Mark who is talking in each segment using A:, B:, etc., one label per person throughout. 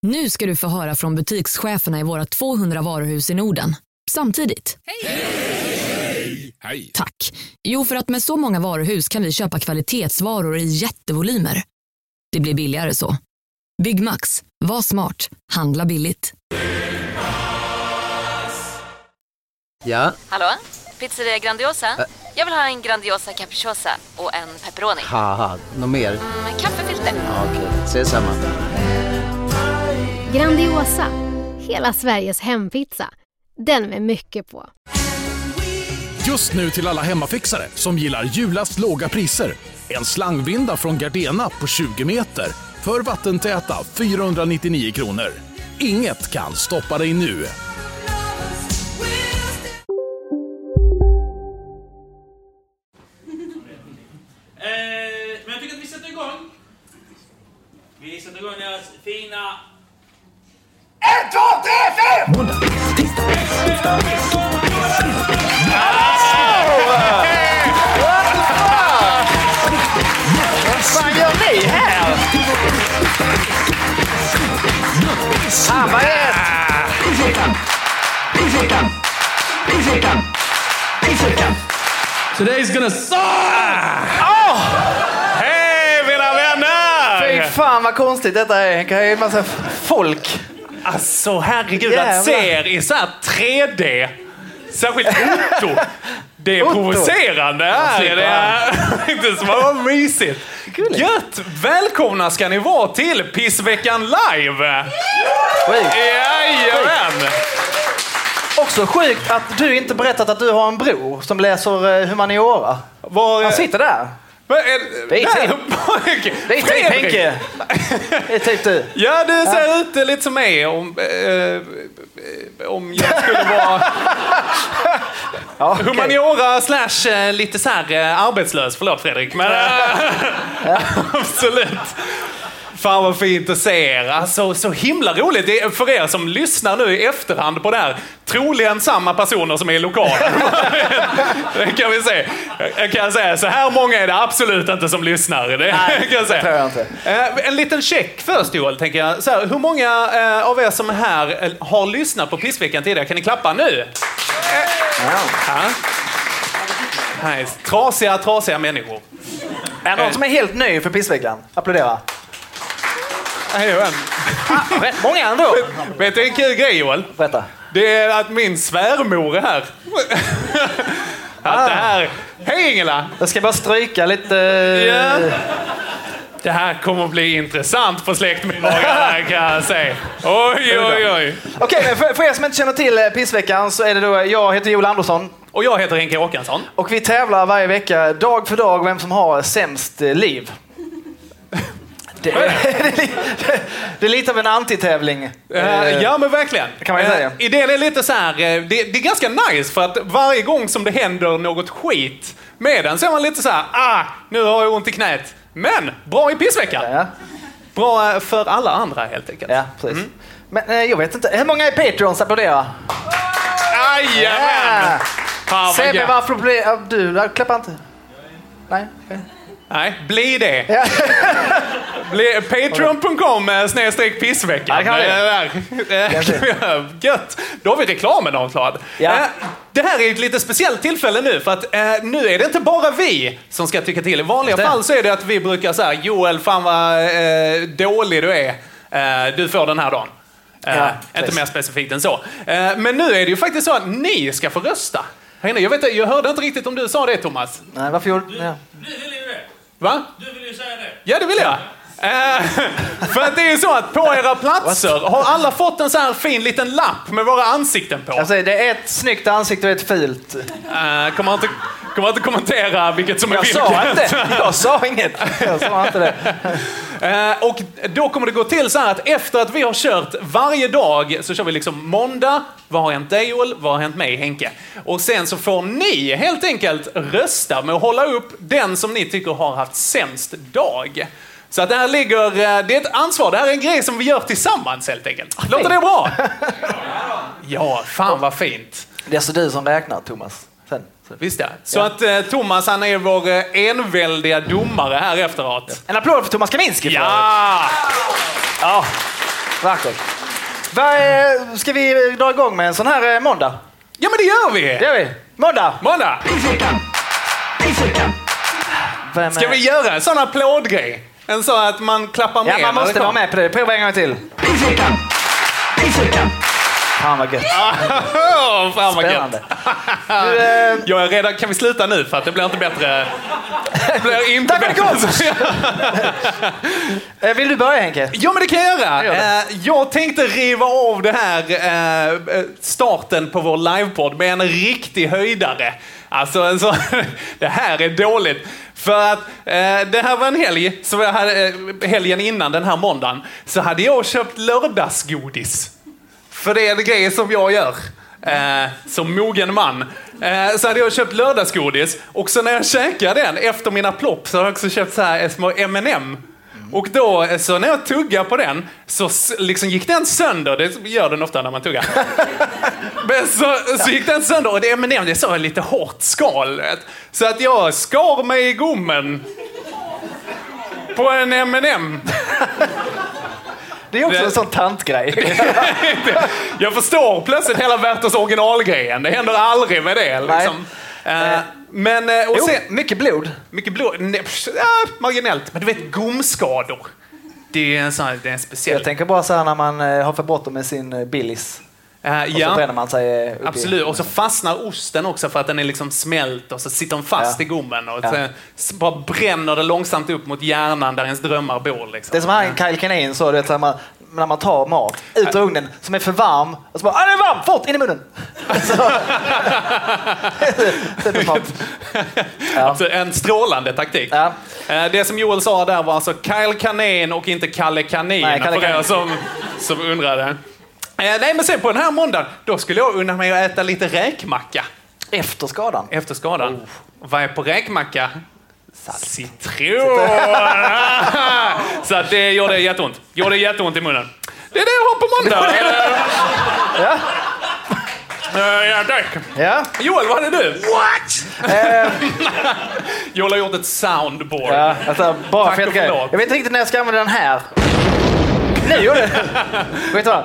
A: Nu ska du få höra från butikscheferna i våra 200 varuhus i Norden. Samtidigt.
B: Hej! Hej!
A: Tack. Jo, för att med så många varuhus kan vi köpa kvalitetsvaror i jättevolymer. Det blir billigare så. Byggmax. Var smart. Handla billigt.
C: Ja?
D: Hallå? Pizzeria Grandiosa? Jag vill ha en Grandiosa capriciosa och en pepperoni.
C: Haha, något mer?
D: Kaffefilter.
C: Ja, okej, ses samma.
E: Grandiosa, hela Sveriges hempizza. Den med mycket på.
B: Just nu till alla hemmafixare som gillar julast låga priser. En slangvinda från Gardena på 20 meter för vattentäta 499 kronor. Inget kan stoppa dig nu.
F: Men jag tycker att vi sätter igång. Vi sätter igång deras fina... 1, 2, 3, 4! Måndag, tisdag, onsdag.
G: Vad fan gör ni här? Fan, vad är det?
F: Today's gonna suck! Hej mina vänner!
G: Fy fan vad konstigt detta är. Det är en massa folk.
F: Alltså herregud, att se i så här 3D. Särskilt Otto. Det är provocerande här. Det är inte som vad mysigt. Gött! Välkomna ska ni vara till Pissveckan live. Jajamän!
G: Också sjukt att du inte berättat att du har en bror som läser humaniora. Han sitter där. Det är typ Henke. Det är typ du.
F: Ja, det ser ut lite som mig om jag skulle vara humaniora / lite så här arbetslös. Förlåt Fredrik, men absolut. Fan vad fint att se er. Alltså, så himla roligt. Det är för er som lyssnar nu i efterhand på det här. Troligen samma personer som är i lokalen. Det kan vi se. Jag kan säga, så här många är det absolut inte som lyssnar. Det kan jag säga.
G: Tror jag inte.
F: En liten check först Joel, tänker jag. Så här, hur många av er som är här har lyssnat på Pissveckan tidigare? Kan ni klappa nu? Nice. Trasiga människor.
G: Är någon som är helt ny för Pissveckan? Applådera. Rätt många ändå.
F: Vet du en kul grej Joel?
G: Berätta.
F: Det är att min svärmor är här. Att det här... Hej Ingela!
G: Jag ska bara stryka lite...
F: Ja. Det här kommer att bli intressant på släktmiddagar kan jag säga. Oj.
G: Okej, men för er som inte känner till Pissveckan så är det då, jag heter Joel Andersson.
F: Och jag heter Henke Håkansson.
G: Och vi tävlar varje vecka, dag för dag, vem som har sämst liv. Det är lite av en antitävling.
F: Ja, men verkligen.
G: Kan man säga.
F: Idén är lite så här, det är ganska nice för att varje gång som det händer något skit med den så är man lite så här, nu har jag ont i knät. Men bra i Pissveckan.
G: Ja.
F: Bra för alla andra helt enkelt.
G: Ja, precis. Men jag vet inte, hur många är Patreons applådera?
F: Jajamän!
G: Sebbe, varför blir du klappar inte? Nej.
F: Nej, bli det. Patreon.com/pissveckan. Gött. Då har vi reklamen avklarad.
G: Ja.
F: Det här är ett lite speciellt tillfälle nu för att nu är det inte bara vi som ska tycka till. I vanliga fall så är det att vi brukar säga Joel, fan vad dålig du är. Du får den här dagen. Inte mer specifikt än så. Men nu är det ju faktiskt så att ni ska få rösta. Jag hörde inte riktigt om du sa det, Thomas.
G: Nej, varför gjorde du?
F: Du vill ju det. Va? Du vill ju säga det. Ja, det vill jag. För att det är så att på era platser har alla fått en så här fin liten lapp med våra ansikten på.
G: Alltså, det är ett snyggt ansikte och ett fult.
F: Kommer inte kommentera vilket som är vilket.
G: Jag sa inget. Jag sa inte det.
F: Och då kommer det gå till så här att efter att vi har kört varje dag så kör vi liksom måndag. Vad har hänt dig Joel? Vad har hänt mig Henke? Och sen så får ni helt enkelt rösta med att hålla upp den som ni tycker har haft sämst dag. Så att det här ligger, det är ett ansvar. Det här är en grej som vi gör tillsammans helt enkelt. Låter det bra? Ja, fan vad fint.
G: Det är så du som räknar, Thomas.
F: Visst ja. Så att Thomas, han är vår enväldiga domare här efteråt.
G: En applåd för Thomas Kaminski.
F: Ja!
G: Vackert. Ska vi dra igång med en sån här måndag?
F: Ja, men det gör vi!
G: Det gör vi. Måndag!
F: Ska vi göra en sån applådgrej? En så att man klappar med?
G: Ja, man måste vara med på det. Prova en gång till. Fan vad gött.
F: Fan vad gött. Jag är redan, kan vi sluta nu för att det blir inte bättre. Det blir inte bättre.
G: Vill du börja, Henke?
F: Ja, men det kan jag göra. Jag tänkte riva av det här starten på vår livepodd med en riktig höjdare. Alltså, det här är dåligt. För att det här var en helg, så jag hade, helgen innan den här måndagen, så hade jag köpt lördagsgodis. För det är en grej som jag gör som mogen man. Så hade jag köpt lördagsgodis. Och så när jag käkade den efter mina plopp så har jag också köpt så här små M&M. Och då, så när jag tuggar på den så liksom gick den sönder. Det gör den ofta när man tuggar. Men så gick den sönder och det M&M, det är så lite hårt skal. Så att jag skar mig i gommen på en M&M.
G: Det är också en sån tantgrej.
F: Jag förstår plötsligt hela Werthers originalgrejen. Det händer aldrig med det. Liksom. Men, och sen,
G: mycket blod.
F: Mycket blod. Marginellt. Men du vet, gomskador. Det är en speciell...
G: Jag tänker bara så här när man har för bråttom med sin Billis. Och så bränner man sig
F: absolut. Och så fastnar osten också för att den är liksom smält och så sitter den fast i gommen och så bara bränner det långsamt upp mot hjärnan där ens drömmar bor. Liksom.
G: Det är som han Kyle Kinane så det är när man tar mat ut ur ugnen som är för varm och så bara, det är varm, fort, in i munnen.
F: Alltså, en strålande taktik.
G: Ja.
F: Det som Joel sa där var alltså Kyle Kanin och inte Kalle Kanin.
G: Nej, Kalle
F: för er som undrade. Nej, men sen på den här måndagen, då skulle jag unna mig att äta lite räkmacka.
G: Efter skadan?
F: Vad är på räkmacka? Citron! Så att det gjorde jätteont. I munnen. Det är det jag har på måndag.
G: Ja.
F: Ja, tack.
G: Ja.
F: Joel, vad är det du? What? Joel har gjort ett soundboard.
G: Ja, alltså, bara
F: tack och förlåt.
G: Jag vet inte riktigt när jag ska använda den här. Nej, gjorde det. Vet du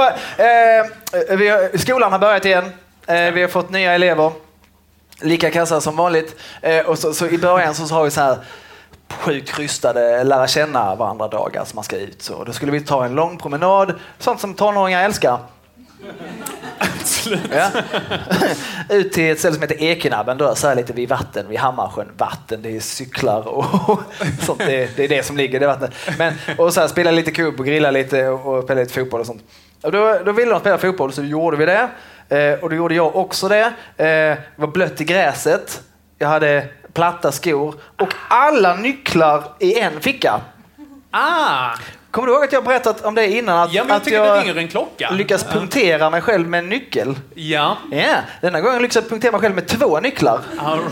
G: vad? Skolan har börjat igen. Vi har fått nya elever. Lika kassa som vanligt. Och så i början så har vi så här sjukt krystade lära känna varandra dagar som man ska ut. Så då skulle vi ta en lång promenad. Sånt som tonåringar älskar.
F: Absolut.
G: Ja. Ut till ett ställe som heter Ekenabben. Då så här lite vid vatten, vid Hammarsjön. Vatten, det är cyklar och sånt. Det är det som ligger i det vattnet. Och så här, spela lite kubb och grilla lite och spela lite fotboll och sånt. Och då ville de spela fotboll så gjorde vi det. Och då gjorde jag också det. Det var blött i gräset. Jag hade platta skor. Och alla nycklar i en ficka. Kommer du ihåg att jag berättat om det innan? Att
F: jag ringer en klocka.
G: Lyckas punktera mig själv med en nyckel.
F: Ja.
G: Denna gången lyckas jag punktera mig själv med 2 nycklar.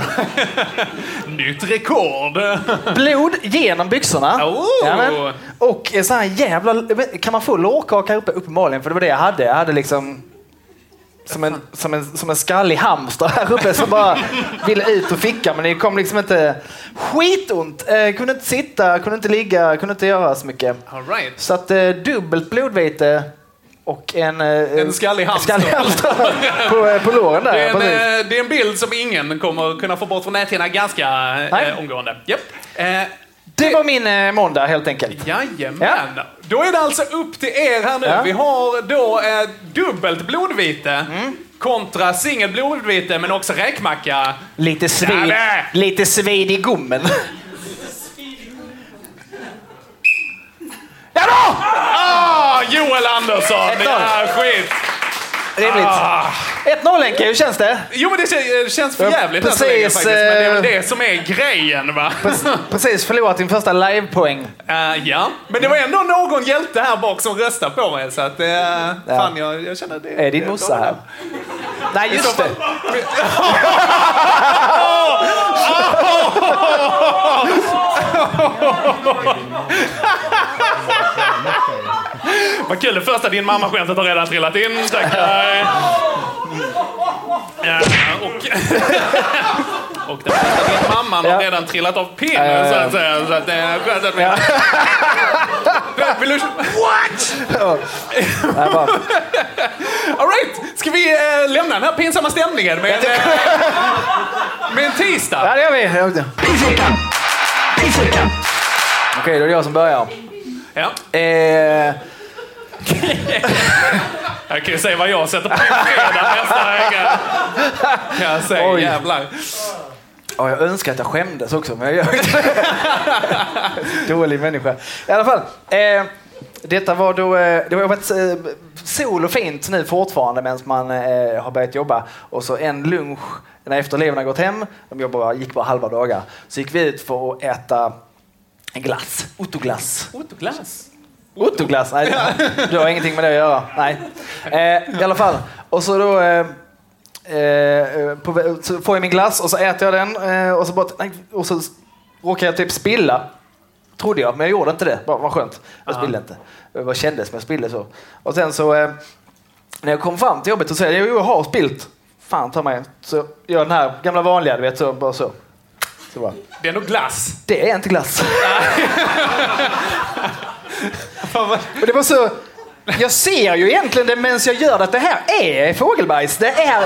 F: Nytt rekord.
G: Blod genom byxorna. Och så här jävla... Kan man få lårkaka uppenbarligen? För det var det jag hade. Jag hade liksom... Som en skallig hamster här uppe som bara ville ut och ficka, men det kom liksom inte skitont. Kunde inte sitta, kunde inte ligga, kunde inte göra så mycket.
F: All right.
G: Så att dubbelt blodvete och en skallig hamster på låren där.
F: Det är en bild som ingen kommer kunna få bort från näthinnan ganska omgående. Yep.
G: Det var min måndag helt enkelt.
F: Jajamän. Ja. Då är det alltså upp till er här nu. Ja. Vi har då dubbelt blodvite kontra singel blodvite men också räkmacka.
G: Lite svid i gommen. Ja då!
F: Joel Andersson. Ja, skit.
G: Rimligt. 1-0 Henke, hur känns det?
F: Jo, men det känns för jävligt
G: precis,
F: faktiskt, men det är väl det som är grejen, va?
G: Precis förlorat din första livepoäng.
F: Ja, men det var ändå någon hjälte här bak som röstade på mig, så att fan, jag känner det.
G: Är din mossa här? Nej, just det.
F: Vad kul, det första din mamma-skämtet har redan trillat in. Tackar. Och det första din mamma har redan trillat av pinnen, så att säga. Så att det är skönt att vi... Vill du...
G: What?
F: All right. Ska vi lämna den här pinsamma stämningen med en tisdag?
G: Ja, det gör vi. Okej, då är det jag som börjar.
F: Ja. Jag kan ju säga vad jag sätter på min fredag nästa vecka. Jag säger jävlar.
G: Ja, jag önskar att jag skämdes också, men jag gör inte. Dålig människa. I alla fall, detta var då, det har varit sol och fint nu fortfarande medan man har börjat jobba. Och så en lunch när efter eleverna gått hem, de gick bara halva dagar, så gick vi ut för att äta en glass, Otto-glass. Otto-glass? Nej, du har ingenting med det att göra. Nej. I alla fall. Och så då så får jag min glass och så äter jag den och så råkar jag typ spilla. Trodde jag, men jag gjorde inte det. Vad skönt. Jag spillde inte. Vad kändes, men jag spillde så. Och sen så när jag kom fram till jobbet så säger jag har spilt. Fan, ta mig. Så gör den här gamla vanliga, du vet, så bara så. Så bara.
F: Det är nog glass.
G: Det är inte glass. Och det var så. Jag ser ju egentligen det medan jag gör att det här är fågelbajs. Det är...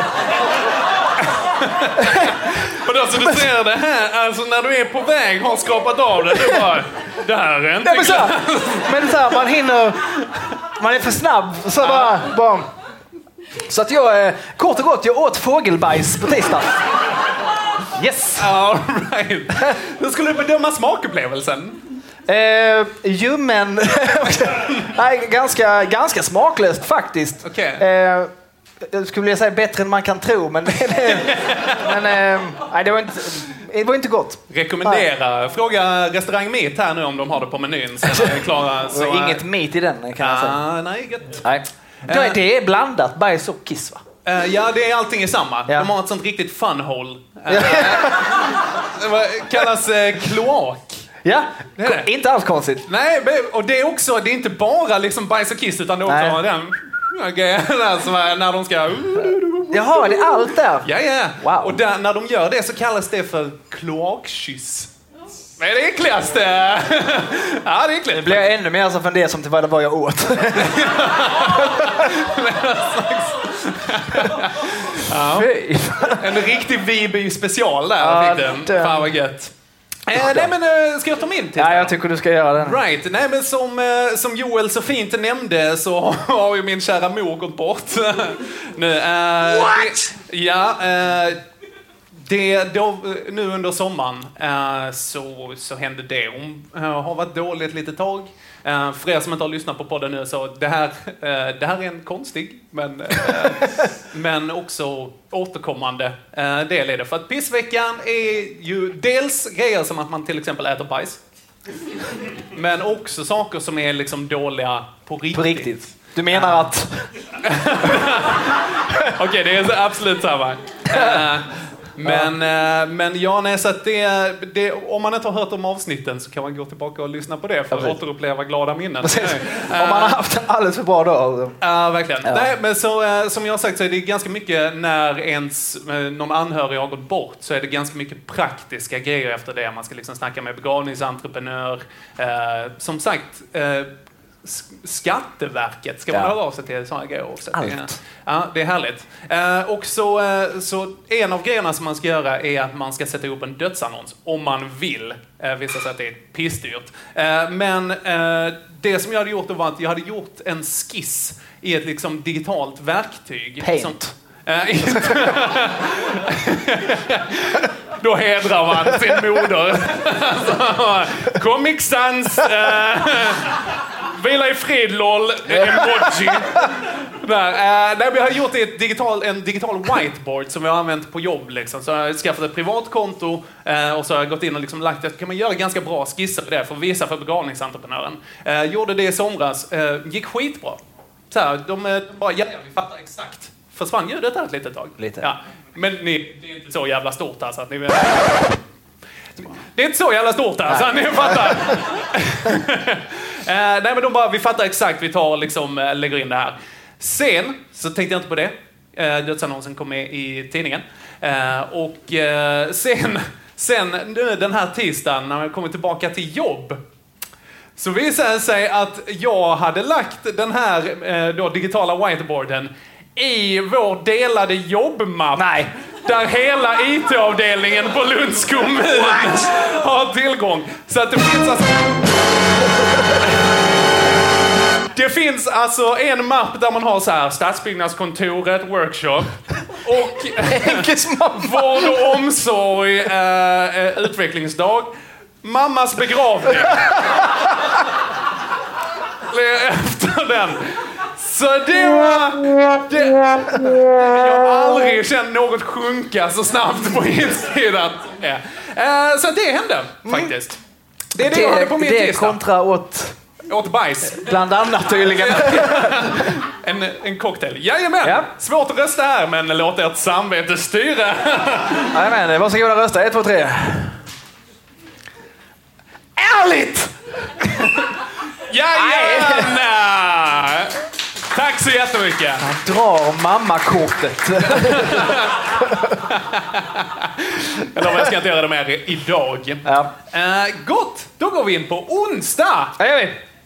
F: Och då så du ser det här, alltså när du är på väg har skapat av det, du bara, det här är inte
G: men så här, man hinner, man är för snabb, så bara. Så att jag, kort och gott, jag åt fågelbajs på tisdag. Yes.
F: All right. Då skulle du bedöma smakupplevelsen.
G: Ljummen. Nej, ganska smaklöst faktiskt.
F: Okay.
G: Jag skulle vilja säga bättre än man kan tro, men nej, det var inte gott.
F: Rekommendera. Fråga restaurang Meat här nu om de har det på menyn. Sen är klara, så
G: inget meat i den kan jag säga.
F: Nej, gött.
G: Nej. Det är blandat bajs och kiss, va?
F: Ja, det är allting i samma.
G: Ja.
F: De har ett sånt riktigt funhole. Det kallas kloak.
G: Ja, det är det. Inte alls konstigt.
F: Nej, och det är också, det är inte bara liksom bajs och kiss, utan det är också den som är när de ska...
G: Jaha, det är allt där?
F: Ja.
G: Wow.
F: Och där, när de gör det så kallas det för kloakkyss. Det är det äckligaste. Ja, det är äckligt.
G: Det blir ännu mer som för det som till vad det var jag åt.
F: Ja. En riktig Viby special där fick den. Fan vad gött. Nej, men ska jag ta min till?
G: Ja, jag tycker du ska göra den.
F: Right. Nej, men som Joel så fint nämnde så har ju min kära mor gått bort nu.
G: What?
F: Nu under sommaren så hände det. Hon har varit dålig ett litet tag. För er som inte har lyssnat på podden nu, så det här är en konstig men också återkommande del i det. För att pissveckan är ju dels grejer som att man till exempel äter bajs, men också saker som är liksom dåliga på riktigt.
G: På riktigt. Du menar att...
F: Okej, det är absolut samma. Men ja, nej, så att det, om man inte har hört om avsnitten så kan man gå tillbaka och lyssna på det för att återuppleva glada minnen.
G: Om man har haft alldeles för bra dag.
F: Verkligen. Ja. Nej, men så, som jag har sagt så är det ganska mycket när någon anhörig har gått bort, så är det ganska mycket praktiska grejer efter det. Man ska liksom snacka med begravningsentreprenör. Som sagt... Skatteverket ska man höra av sig till sådana grejer också. Ja, det är härligt. Och så en av grejerna som man ska göra är att man ska sätta upp en dödsannons om man vill. Vissa säger att det är pissdyrt. Men det som jag hade gjort var att jag hade gjort en skiss i ett liksom digitalt verktyg.
G: Paint.
F: Då hedrar man sin moder. Comic Sans. Vila i frid, lol. Emoji. Vi har gjort en digital whiteboard som vi har använt på jobb. Liksom. Så jag har skaffat ett privat konto och så har jag gått in och liksom lagt det. Kan man göra ganska bra skisser på det för att visa för begravningsentreprenören. Gjorde det i somras. Gick skitbra. Så här, de bara, vi fattar exakt. Försvann ljudet här ett litet tag.
G: Lite.
F: Ja. Men det är inte så jävla stort alltså att ni vet. Det är inte så jävla stort alltså, ni fattar. Nej, men de bara, vi fattar exakt, vi tar och liksom lägger in det här. Sen så tänkte jag inte på det. Dödsannonsen kom med i tidningen. Och sen nu den här tisdagen när jag kommer tillbaka till jobb, så visade det sig att jag hade lagt den här då, digitala whiteboarden i vår delade jobbmapp.
G: Nej.
F: Där hela IT-avdelningen på Lunds kommun har tillgång. Så att det finns alltså... Det finns alltså en mapp där man har så här stadsbyggnadskontoret, workshop och vård och omsorg, utvecklingsdag, mammas begravning. Efter den. Så det var... jag har aldrig känt något sjunka så snabbt på insidan. Ja. Så det hände faktiskt. Det är det jag hade på min
G: tisdag.
F: Det
G: kontra åt
F: bajs.
G: Bland annat tydligen.
F: en cocktail. Jajamän. Ja. Svårt att rösta här, men låt ert samvete styra.
G: Jajamän, varsågoda rösta. 1, 2, 3. Ärligt!
F: Jajamän! Tack så jättemycket.
G: Han drar mammakortet.
F: Jag ska inte göra det mer idag.
G: Ja.
F: Gott, då går vi in på onsdag.
G: Ja, gör vi.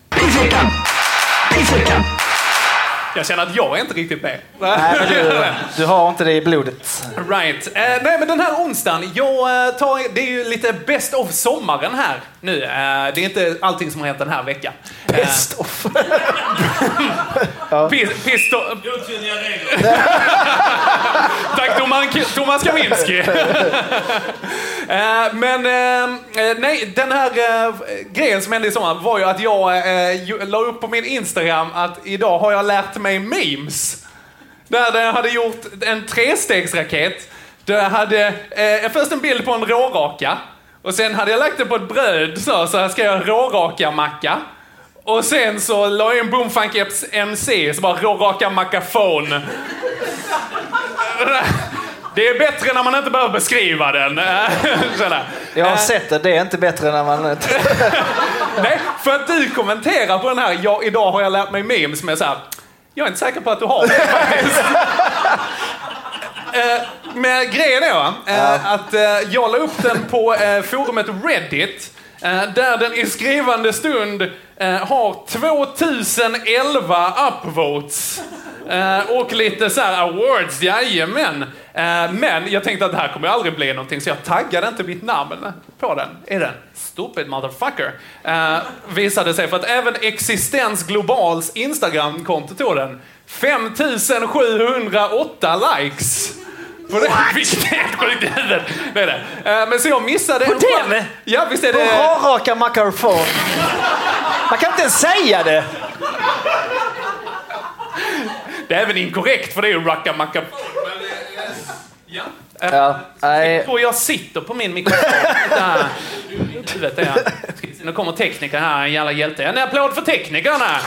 F: Jag känner att jag är inte riktigt med.
G: Nej, men du har inte det i blodet.
F: Right. Nej, men den här onsdagen, det är ju lite best of sommaren här nu. Det är inte allting som har hänt den här veckan.
G: Best of.
F: Otydliga regler. Tack Thomas Kaminski. Men nej, den här grejen som hände i sommar var ju att jag la upp på min Instagram att idag har jag lärt mig memes. Där jag hade gjort en 3-stegsraket. Där jag hade först en bild på en råraka. Och sen hade jag lagt det på ett bröd så här ska jag råraka macka. Och sen så la jag in Boomfunk MC så bara råraka mackafon. Det är bättre när man inte behöver beskriva den.
G: Jag har sett det, det är inte bättre när man...
F: Nej, för att du kommenterar på den här, idag har jag lärt mig memes med så här, jag är inte säker på att du har det faktiskt. Men grejen är att jag la upp den på forumet Reddit, där den i skrivande stund har 2011 upvotes. Och lite så här awards, jajamän. Men jag tänkte att det här kommer aldrig bli någonting, så jag taggade inte mitt namn på den. Är den? Stupid motherfucker. Visade sig för att även Existens Globals Instagram-konto tog den 5708 likes. På det. Vilket är helt sjukt i huvudet. Det är det. Men så jag missade...
G: På den?
F: Ja, visst är det...
G: På raka mackafon. Man kan inte ens säga det.
F: Det är även inkorrekt, för det är ju racka macka. Ja. Jag tror jag sitter på min mikrofon. Du vet det. Nu kommer tekniker här, en jävla hjälte. En applåd för teknikerna.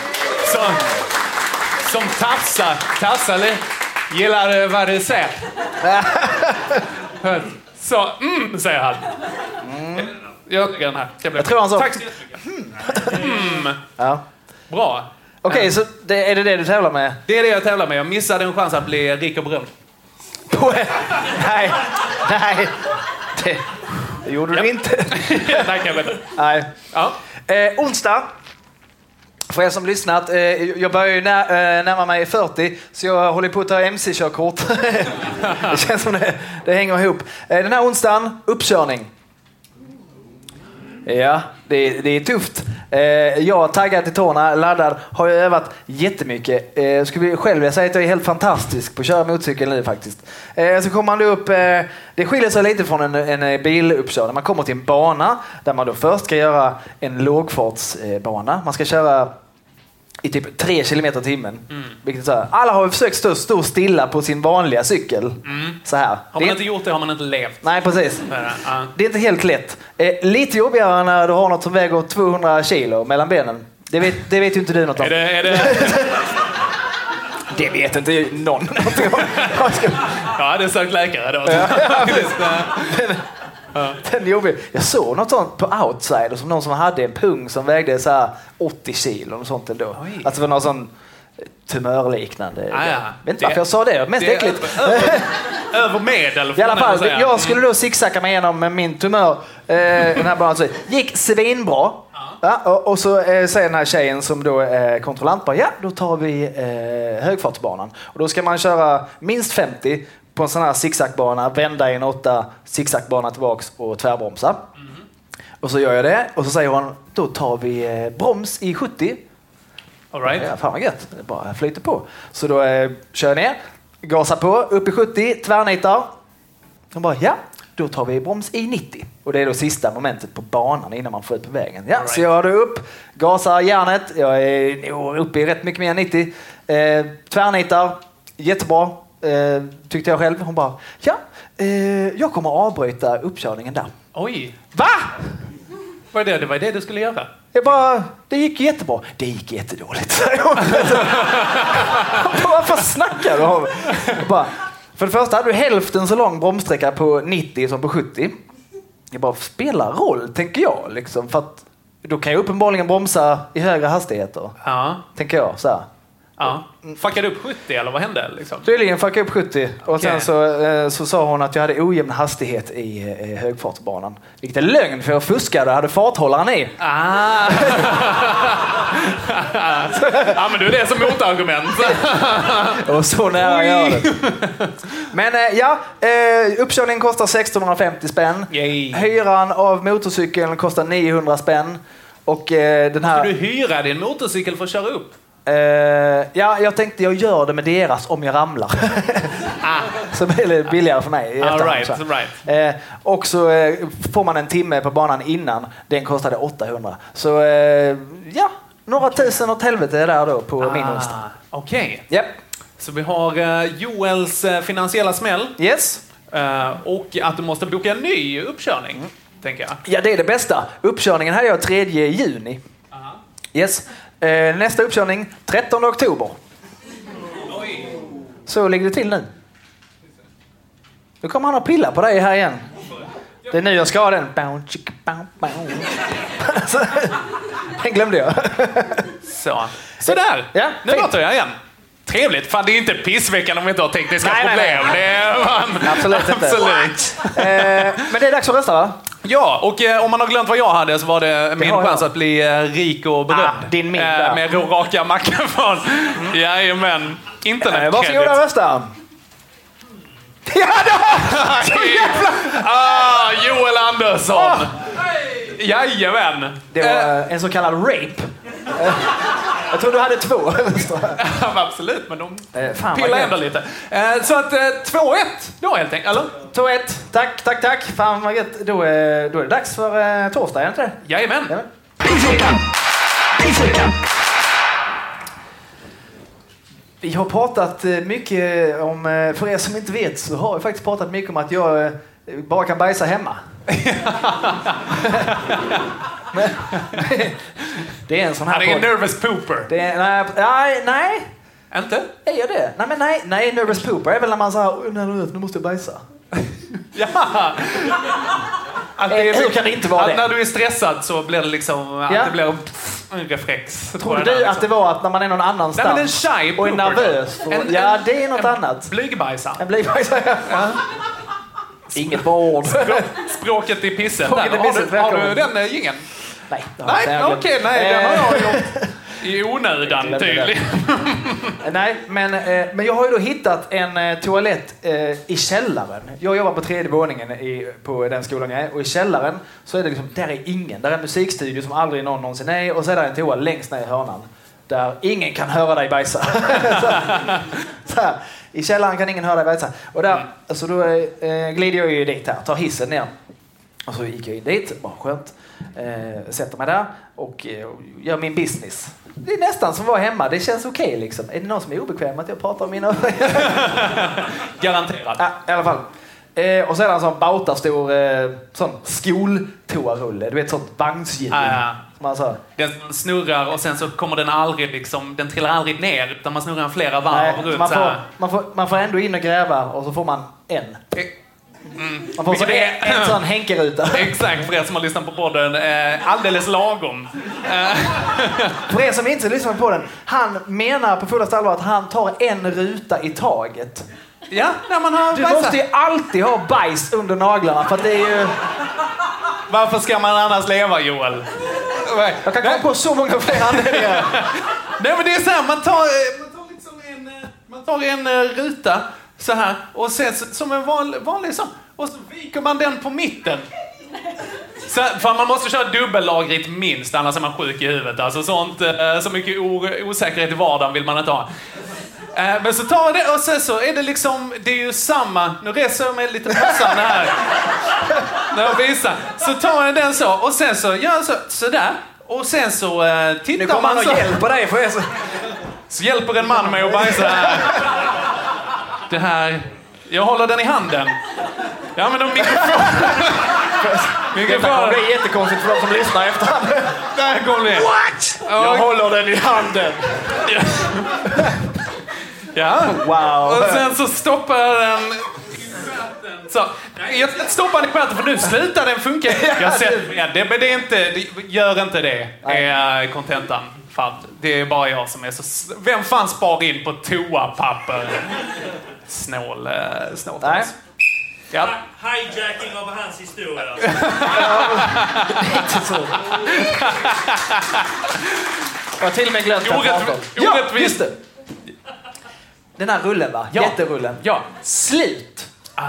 F: Som tassar gillar vad du säger. Så, säger han. Jag tycker den här.
G: Jag tror han så.
F: Tack så jättemycket. Ja. Bra.
G: Okej, så är det du tävlar med?
F: Det är det jag tävlar med. Jag missade en chans att bli rik och berömd.
G: Nej. Det gjorde du inte.
F: Nej, kan jag veta.
G: Nej.
F: Ja.
G: Onsdag. För er som lyssnat, jag börjar ju närma mig 40, så jag håller på att ta MC-körkort. Det känns som det hänger ihop. Den här onsdagen, uppkörning. Ja, det är tufft. Jag har taggat i tårna, laddad, har jag övat jättemycket. Skulle själv vilja säga att jag är helt fantastisk på att köra motorcykel nu faktiskt. Så kommer man upp, det skiljer sig lite från en biluppkörning. Man kommer till en bana där man då först ska göra en lågfartsbana. Man ska köra i typ 3 kilometer i timmen. Vilket så här, alla har ju försökt stå stilla på sin vanliga cykel. Så här.
F: Har man inte gjort det har man inte levt.
G: Nej, precis. Det är inte helt lätt. Lite jobbigare när du har något som väger 200 kilo mellan benen. Det vet ju inte du något om.
F: Är det...
G: Det vet inte någon.
F: Jag hade sökt läkare då.
G: Den är jobbig. Jag såg något sånt på Outsider som någon som hade en pung som vägde så här 80 kilo och sånt ändå. Oj. Alltså det var någon sån tumörliknande. Jag vet inte varför jag sa det. Mest äckligt.
F: Över medel.
G: I alla fall, jag skulle då zigzacka mig igenom med min tumör. Den här banan gick svinbra. Ja, och så säger den här tjejen som då är kontrollant bara, då tar vi högfartsbanan. Och då ska man köra minst 50 på en sån här zigzagbana, vända i en 8, zigzagbana tillbaks och tvärbromsa. Och så gör jag det. Och så säger hon, då tar vi broms i 70.
F: All right.
G: Ja, fan vad gött. Det bara flyter på. Så då kör jag ner, gasar på, upp i 70, tvärnitar. Hon bara, då tar vi broms i 90. Och det är då sista momentet på banan innan man får ut på vägen. Ja, right. Så jag då upp, gasar järnet. Jag är uppe i rätt mycket mer än 90. Tvärnitar, jättebra. Tyckte jag själv. Hon bara, jag kommer avbryta uppkörningen där.
F: Oj.
G: Va?
F: Vad är det? Det var det du skulle göra?
G: Jag bara, det gick jättebra. Det gick jättedåligt. Varför snackar du? Bara, för det första hade du hälften så lång bromssträcka på 90 som på 70. Det bara spelar roll, tänker jag. Liksom, för att då kan jag uppenbarligen bromsa i högre hastigheter.
F: Ja.
G: Tänker jag så här.
F: Ja. Fuckade upp 70 eller vad hände? Liksom?
G: Tydligen fuckade upp 70. Och sen så sa hon att jag hade ojämn hastighet i högfartsbanan. Vilket är lögn, för jag fuskade och hade farthållaren i.
F: Ja, men du är det som motargument.
G: Och så nära jag gör det. Men uppkörningen kostar 1650 spänn.
F: Yay.
G: Hyran av motorcykeln kostar 900 spänn. Och den här...
F: Ska du hyra din motorcykel för att köra upp?
G: Jag tänkte jag gör det med deras om jag ramlar. Så blir det billigare för mig.
F: All right.
G: Och så får man en timme på banan innan. Den kostade 800. Så några tusen åt helvete är där då på min onsdag.
F: Okej.
G: Yep.
F: Så vi har Joels finansiella smäll.
G: Yes.
F: Och att du måste boka en ny uppkörning, tänker jag.
G: Ja, det är det bästa. Uppkörningen här är 3 juni. Yes. Nästa uppkörning 13 oktober.
F: Oj.
G: Så ligger det till nu. Nu kommer han att pilla på dig här igen. Det är nu jag ska ha den. Den glömde jag.
F: Så där.
G: Ja,
F: nu låter jag igen. Trevligt. Fan, det är inte pissveckan om vi inte har tekniska problem.
G: Nej.
F: Det är
G: absolut inte.
F: Absolut.
G: Men det är dags att rösta, va?
F: Ja, och om man har glömt vad jag hade så var det min chans att bli rik och berömd.
G: Din min,
F: med raka mackor från jajamän. Internet.
G: Varsågoda rösta. Ja då!
F: Joel Andersson. Jajamän.
G: Det var en så kallad rape. Jag tror du hade 2.
F: Absolut, men de pillar ändå lite. Så att 2-1 då helt enkelt, eller?
G: 2-1. Tack. Fan vad gött. Då är det dags för torsdag, är det inte det?
F: Jajamän.
G: Vi har pratat mycket om, för er som inte vet så har vi faktiskt pratat mycket om att jag bara kan bajsa hemma. Det är en sån här...
F: Han är en nervous pooper.
G: Nej.
F: Inte?
G: Är jag det? Nej, nervous pooper är väl när man säger nu måste jag bajsa.
F: Ja.
G: Hur kan det inte vara det?
F: När du är stressad så blir det liksom att det blir en reflex.
G: Tror du att det var att när man är någon annanstans
F: en shy
G: och är nervös? Det är något annat.
F: Blygbajsare.
G: En blygbajsare. Inget bra ord.
F: Språket i pissen. Har du den jingeln?
G: Nej.
F: Okej, den har jag gjort i onödan tydligen.
G: Nej, men jag har ju då hittat en toalett i källaren. Jag jobbar på 3:e våningen på den skolan jag är. Och i källaren så är det liksom, där är ingen. Där är en musikstudio som aldrig någon någonsin är. Och så är det en toa längst ner i hörnan. Där ingen kan höra dig bajsa. så här. I källaren kan ingen höra dig bajsa. Och där, alltså då glider jag ju dit här. Tar hissen ner. Och så gick jag in dit. Bara skönt. Sätter mig där och gör min business. Det är nästan som att vara hemma. Det känns okej liksom. Är det någon som är obekväm att jag pratar om mina...
F: Garanterat.
G: Ja, i alla fall. Och så är det en sån bautastor sån skoltoarulle. Du vet, sånt vagnshjul.
F: Ja. Den snurrar och sen så kommer den aldrig liksom, den trillar aldrig ner utan man snurrar flera varv runt.
G: Man får ändå in och gräva och så får man en. Man får så en sån hänkeruta.
F: Exakt, för er som har lyssnat på podden. Alldeles lagom.
G: För er som inte lyssnar på den, han menar på fullaste allvar att han tar en ruta i taget.
F: Ja, när man har
G: du måste ju alltid ha bajs under naglarna för att det är ju...
F: Varför ska man annars leva, Joel?
G: Jag kan komma på så många fler anledningar.
F: Nej, men det är så här, man tar en ruta så här och sen som en vanlig sån och så viker man den på mitten. Så, för man måste köra dubbellagret minst, annars är man sjuk i huvudet. Alltså sånt, så mycket osäkerhet i vardagen vill man inte ha. Men så tar det och sen så är det liksom, det är ju samma. Nu reser jag mig lite passande här. När jag visar. Så tar jag den så och sen så gör jag så där. Och sen så tittar
G: nu
F: man så.
G: Nu hjälper dig för
F: så hjälper en man mig och bara så här. Det här, jag håller den i handen. Ja, men de
G: mikrofon blir jättekonstigt för de som lyssnar efterhand.
F: Där kommer det.
G: What? Jag håller den i handen.
F: Ja.
G: Wow.
F: Och sen så stoppar jag den. Så, jag stoppar den i skärten för nu slutar den funka. Jag ser, det är inte, gör inte det. Är kontentan. Det är bara jag som är så... Vem fan spar in på toapapper? Snål.
G: Nej.
F: Ja.
H: Hijacking av hans historia.
G: Jag har till och med glömt just det. Den här rullen, va?
F: Ja.
G: Jätterullen.
F: Ja.
G: Slut.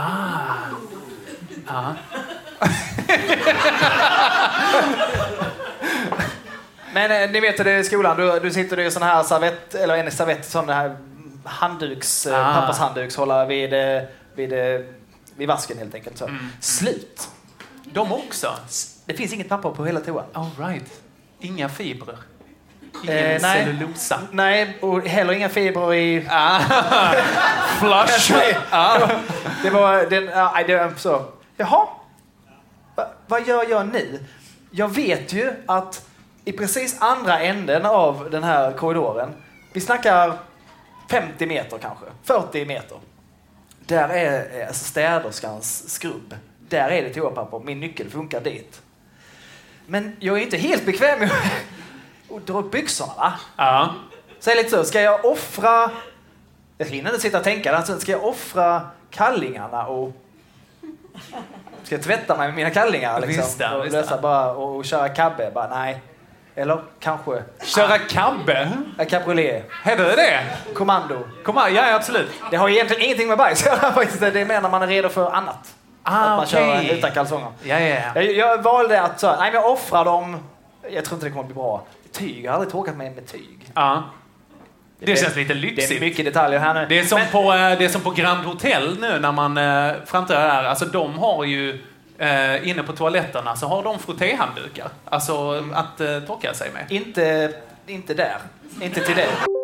G: Men ni vet hur det är i skolan. Du sitter i sån här servett, eller en servett, sån här pappas handdukshållare vid vasken helt enkelt. Så. Slut.
F: De också?
G: Det finns inget papper på hela toan.
F: All right. Inga fibrer. Ingen cellulosa.
G: Nej, och heller inga fibrer i...
F: Flush.
G: Det var så. Jaha. Vad gör jag nu? Jag vet ju att i precis andra änden av den här korridoren, vi snackar 50 meter kanske, 40 meter. Där är städerskans skrubb. Där är det toapapper. Min nyckel funkar dit. Men jag är inte helt bekväm med att dra upp byxorna, va?
F: Ja.
G: Så är det lite så, ska jag offra... Jag ska inte sitta och tänka, alltså, ska jag offra kallingarna och... Ska jag tvätta mig med mina kallingar liksom? Och lösa bara och köra kabbe? Bara, nej. Eller kanske...
F: Köra kabbe?
G: Cabriolet.
F: Heter det?
G: Kommando.
F: Ja, absolut.
G: Det har egentligen ingenting med bajs. Det är mer när man är redo för annat. Att man kör utan kalsonger.
F: Ja.
G: Jag valde att nej, men jag offrar dem. Jag tror inte det kommer bli bra. Tyg, jag har aldrig tråkat mig med tyg.
F: Ja. Det känns lite lyxigt.
G: Det är mycket detaljer här nu.
F: Det är som på Grand Hotel nu när man framträder där. Alltså de har ju inne på toaletterna så har de frottéhanddukar. Alltså att torka sig med.
G: Inte där. Inte till det.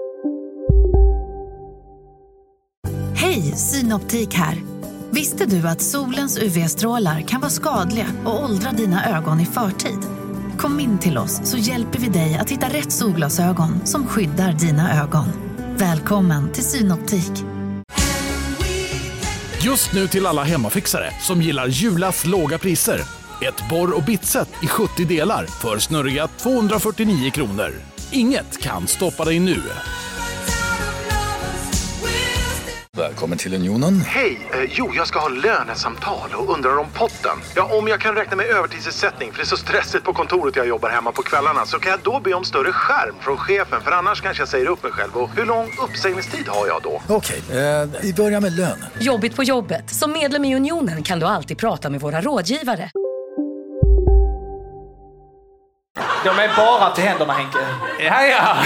I: Hej, Synoptik här. Visste du att solens UV-strålar kan vara skadliga och åldra dina ögon i förtid? Kom in till oss så hjälper vi dig att hitta rätt solglasögon som skyddar dina ögon. Välkommen till Synoptik.
B: Just nu till alla hemmafixare som gillar Julas låga priser. Ett borr- och bitset i 70 delar för snurriga 249 kronor. Inget kan stoppa dig nu.
J: Välkommen till Unionen.
K: Hej, jag ska ha lönesamtal och undrar om potten. Ja, om jag kan räkna med övertidsersättning för det är så stressigt på kontoret jag jobbar hemma på kvällarna så kan jag då be om större skärm från chefen för annars kanske jag säger upp mig själv. Och hur lång uppsägningstid har jag då?
J: Okej, vi börjar med lön.
L: Jobbigt på jobbet. Som medlem i Unionen kan du alltid prata med våra rådgivare.
G: De är bara till händerna, Henke.
F: Ja.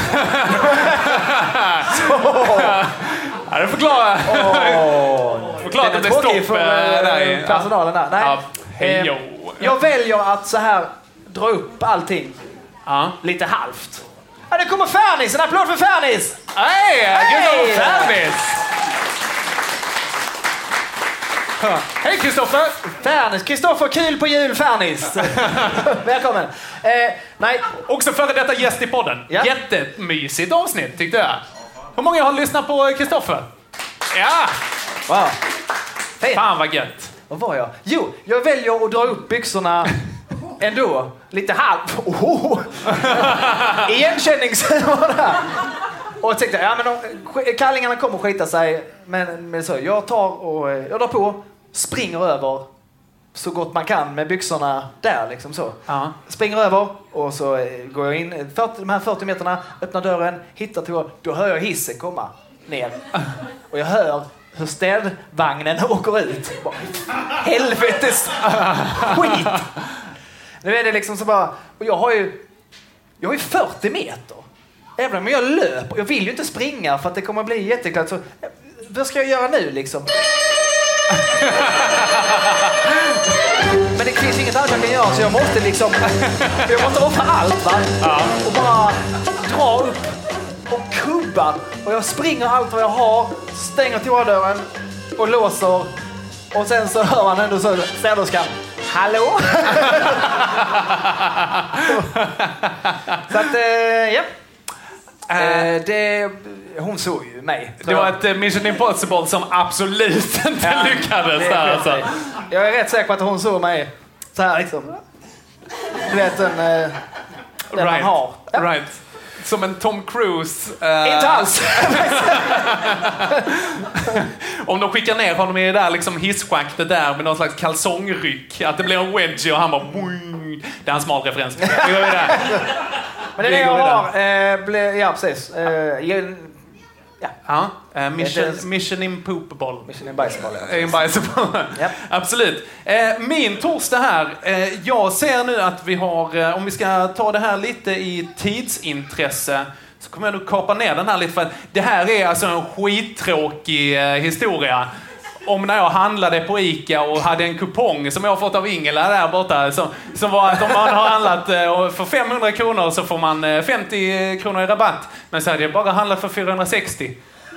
F: Ja, det förklarar. Förklara att det är stopp
G: för personalen där. Nej.
F: Ja, hejo.
G: Jag väljer att så här dra upp allting. Lite halvt. Ja, det kommer Fernis. En applåd för Fernis.
F: Hej, Fernis. Hej Kristoffer!
G: Fernis, Kristoffer, kul på jul, Fernis! Välkommen! Nej.
F: Också före detta gäst i podden. Ja. Jättemysigt avsnitt tyckte jag. Hur många har lyssnat på Kristoffer? Ja!
G: Wow. Fint.
F: Fan vad gött.
G: Vad var jag? Jo, jag väljer att dra upp byxorna ändå. Lite halv. Igenkänningshår där. Och jag tänkte, ja men kallingarna kommer att skita sig. Men så, jag drar på, springer över så gott man kan med byxorna där liksom så.
F: Ja.
G: Springer över och så går jag in de här 40 meterna, öppnar dörren, hittar till, då hör jag hissen komma ner. Och jag hör hur städvagnen åker ut. Bara, helvetes skit! Nu är det liksom så bara, och jag har ju 40 meter. Även om jag löper, jag vill ju inte springa för att det kommer bli jätteklart. Så vad ska jag göra nu liksom? Men det finns inget annat jag kan göra, så jag måste liksom offra allt, va? Ja. Och bara dra upp och kubba. Och jag springer allt vad jag har, stänger toadörren och låser. Och sen så hör man ändå så städerskan. Hallå? Så att, ja. Hon såg ju mig.
F: Det var ett Mission Impossible som absolut inte lyckades. Alltså.
G: Jag är rätt säker på att hon såg mig så här liksom. Du vet den man har. Ja.
F: Right. Som en Tom Cruise.
G: Inte alls.
F: Om de skickar ner honom i det där liksom hisschaktet där med någon slags kalsongryck. Att det blir en wedgie och han bara... Det är en smal referens.
G: Men det är det jag har. Ja, precis.
F: Mission Impossible.
G: Mission Impossible.
F: Impossible. Yep. Absolut. Min torsdag här. Jag ser nu att vi har, om vi ska ta det här lite i tidsintresse, så kommer jag nog kapa ner den här lite, för att det här är alltså en skittråkig historia. Om när jag handlade på Ica och hade en kupong som jag har fått av Ingela där borta, som var att om man har handlat för 500 kronor så får man 50 kronor i rabatt. Men så hade jag bara handlat för 460.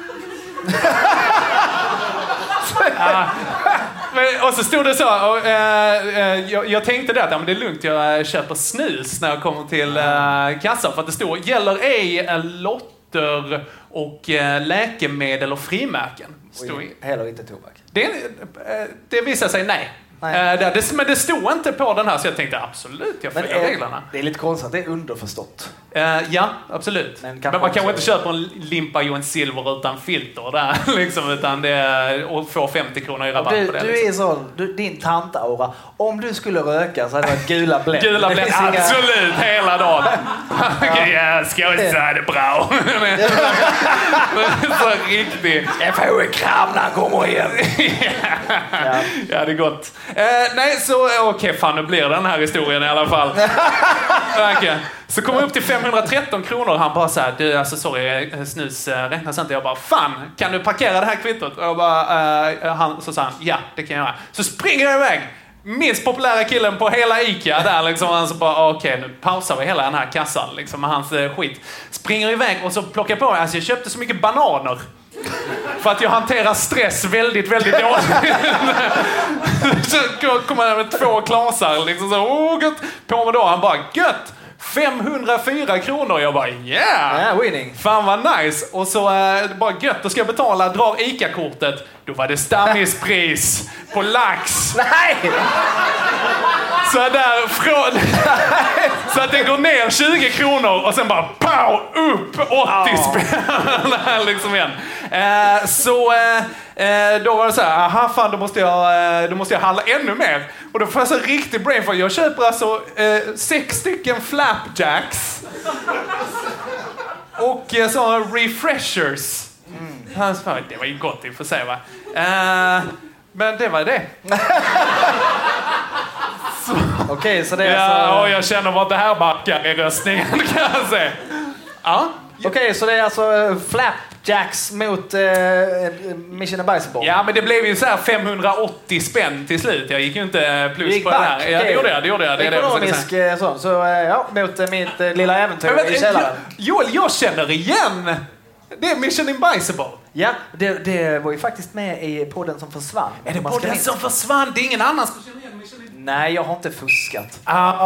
F: Och så stod det så, och, jag tänkte det att men det är lugnt, jag köper snus när jag kommer till kassan, för att det står gäller ej lotter och läkemedel och frimärken.
G: Heller inte tobak.
F: Det visar sig nej. Men det stod inte på den här, så jag tänkte absolut, jag följer reglerna.
G: Det är lite konstigt, det är underförstått.
F: Ja, absolut. Men man kanske inte köper en limpa Johan Silver utan filter där, liksom, utan det är, och får 50 kronor i rabatt på det.
G: Du
F: liksom.
G: är sån, din tantaura. Om du skulle röka så hade det varit gula bländ.
F: Gula bländ, absolut, hela dagen. Ja, ska jag säga det bra. Så riktigt.
G: Jag får en kram när han kommer igen.
F: Ja, det är gott. Nej, så okej, fan, nu blir den här historien i alla fall. Okay. Så kommer jag upp till 513 kronor. Han bara så här, du, alltså sorry, snus räknas inte. Jag bara, fan, kan du parkera det här kvittot? Och jag bara, så sa han, ja, det kan jag göra. Så springer jag iväg. Minst populära killen på hela Ica där liksom. Han så bara, okej, nu pausar vi hela den här kassan liksom, med hans skit. Springer iväg och så plockar jag på mig. Alltså jag köpte så mycket bananer. För att jag hanterar stress väldigt, väldigt dåligt. Så kommer jag med 2 klasar liksom så, gött. På mig då, han bara, gött! 504 kronor. Jag bara, yeah!
G: Winning.
F: Fan vad nice. Och så bara gött, då ska jag betala, drar Ica-kortet. Då var det stammispris på lax.
G: Nej!
F: Så där från... Så att det går ner 20 kronor och sen bara pow, upp 80 spänn liksom igen. Då var det så här, aha fan, då måste jag handla ännu mer. Och då får jag så riktig brain, för jag köper alltså 6 stycken flapjacks och så refreshers. Det var ju gott i och för sig, va? Men det var det.
G: Okej, så det är alltså...
F: och jag känner vad det här backar i röstningen, kan jag säga. Ja.
G: Okej, så det är alltså flapjacks mot Mission Impossible.
F: Ja, men det blev ju så här 580 spänn till slut. Jag gick ju inte plus på det här. Ja, det gjorde jag. Det
G: ekonomisk sån. Så ja, mot mitt lilla äventyr i källaren.
F: Joel, jag känner igen. Det är Mission Impossible.
G: Ja, det var ju faktiskt med i podden som försvann.
F: Är det podden som försvann? Det är ingen annan som känner igen Mission Impossible.
G: Nej, jag har inte fuskat.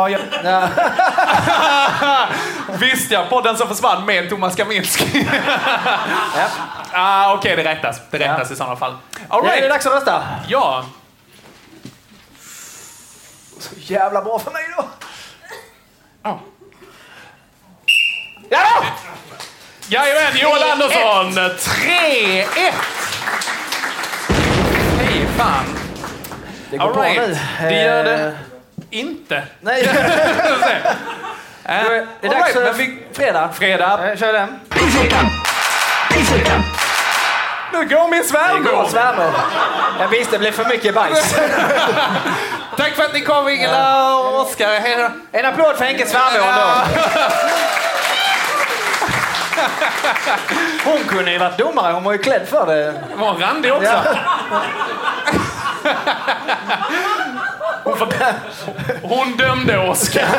F: Visst ja, podden som försvann med Thomas Kaminski. Okej, det räknas. Det räknas i sådana fall.
G: All right. Är det dags att rösta?
F: Ja.
G: Så jävla bra för mig då.
F: Ja då! Jajamän, Joel Andersson. 3-1. Hej fan.
G: Det går bra nu.
F: Det gör det inte.
G: Nej. Det är dags för fredag.
F: Fredag.
G: Kör den.
F: Nu går min svärmor.
G: Jag visste det blev för mycket bajs.
F: Tack för att ni kom, Ingela och Oskar.
G: En applåd för Henkes svärmor då. Hon kunde ju varit domare, hon var ju klädd för det.
F: Var randig också. Ja. Hon dömde Oskar.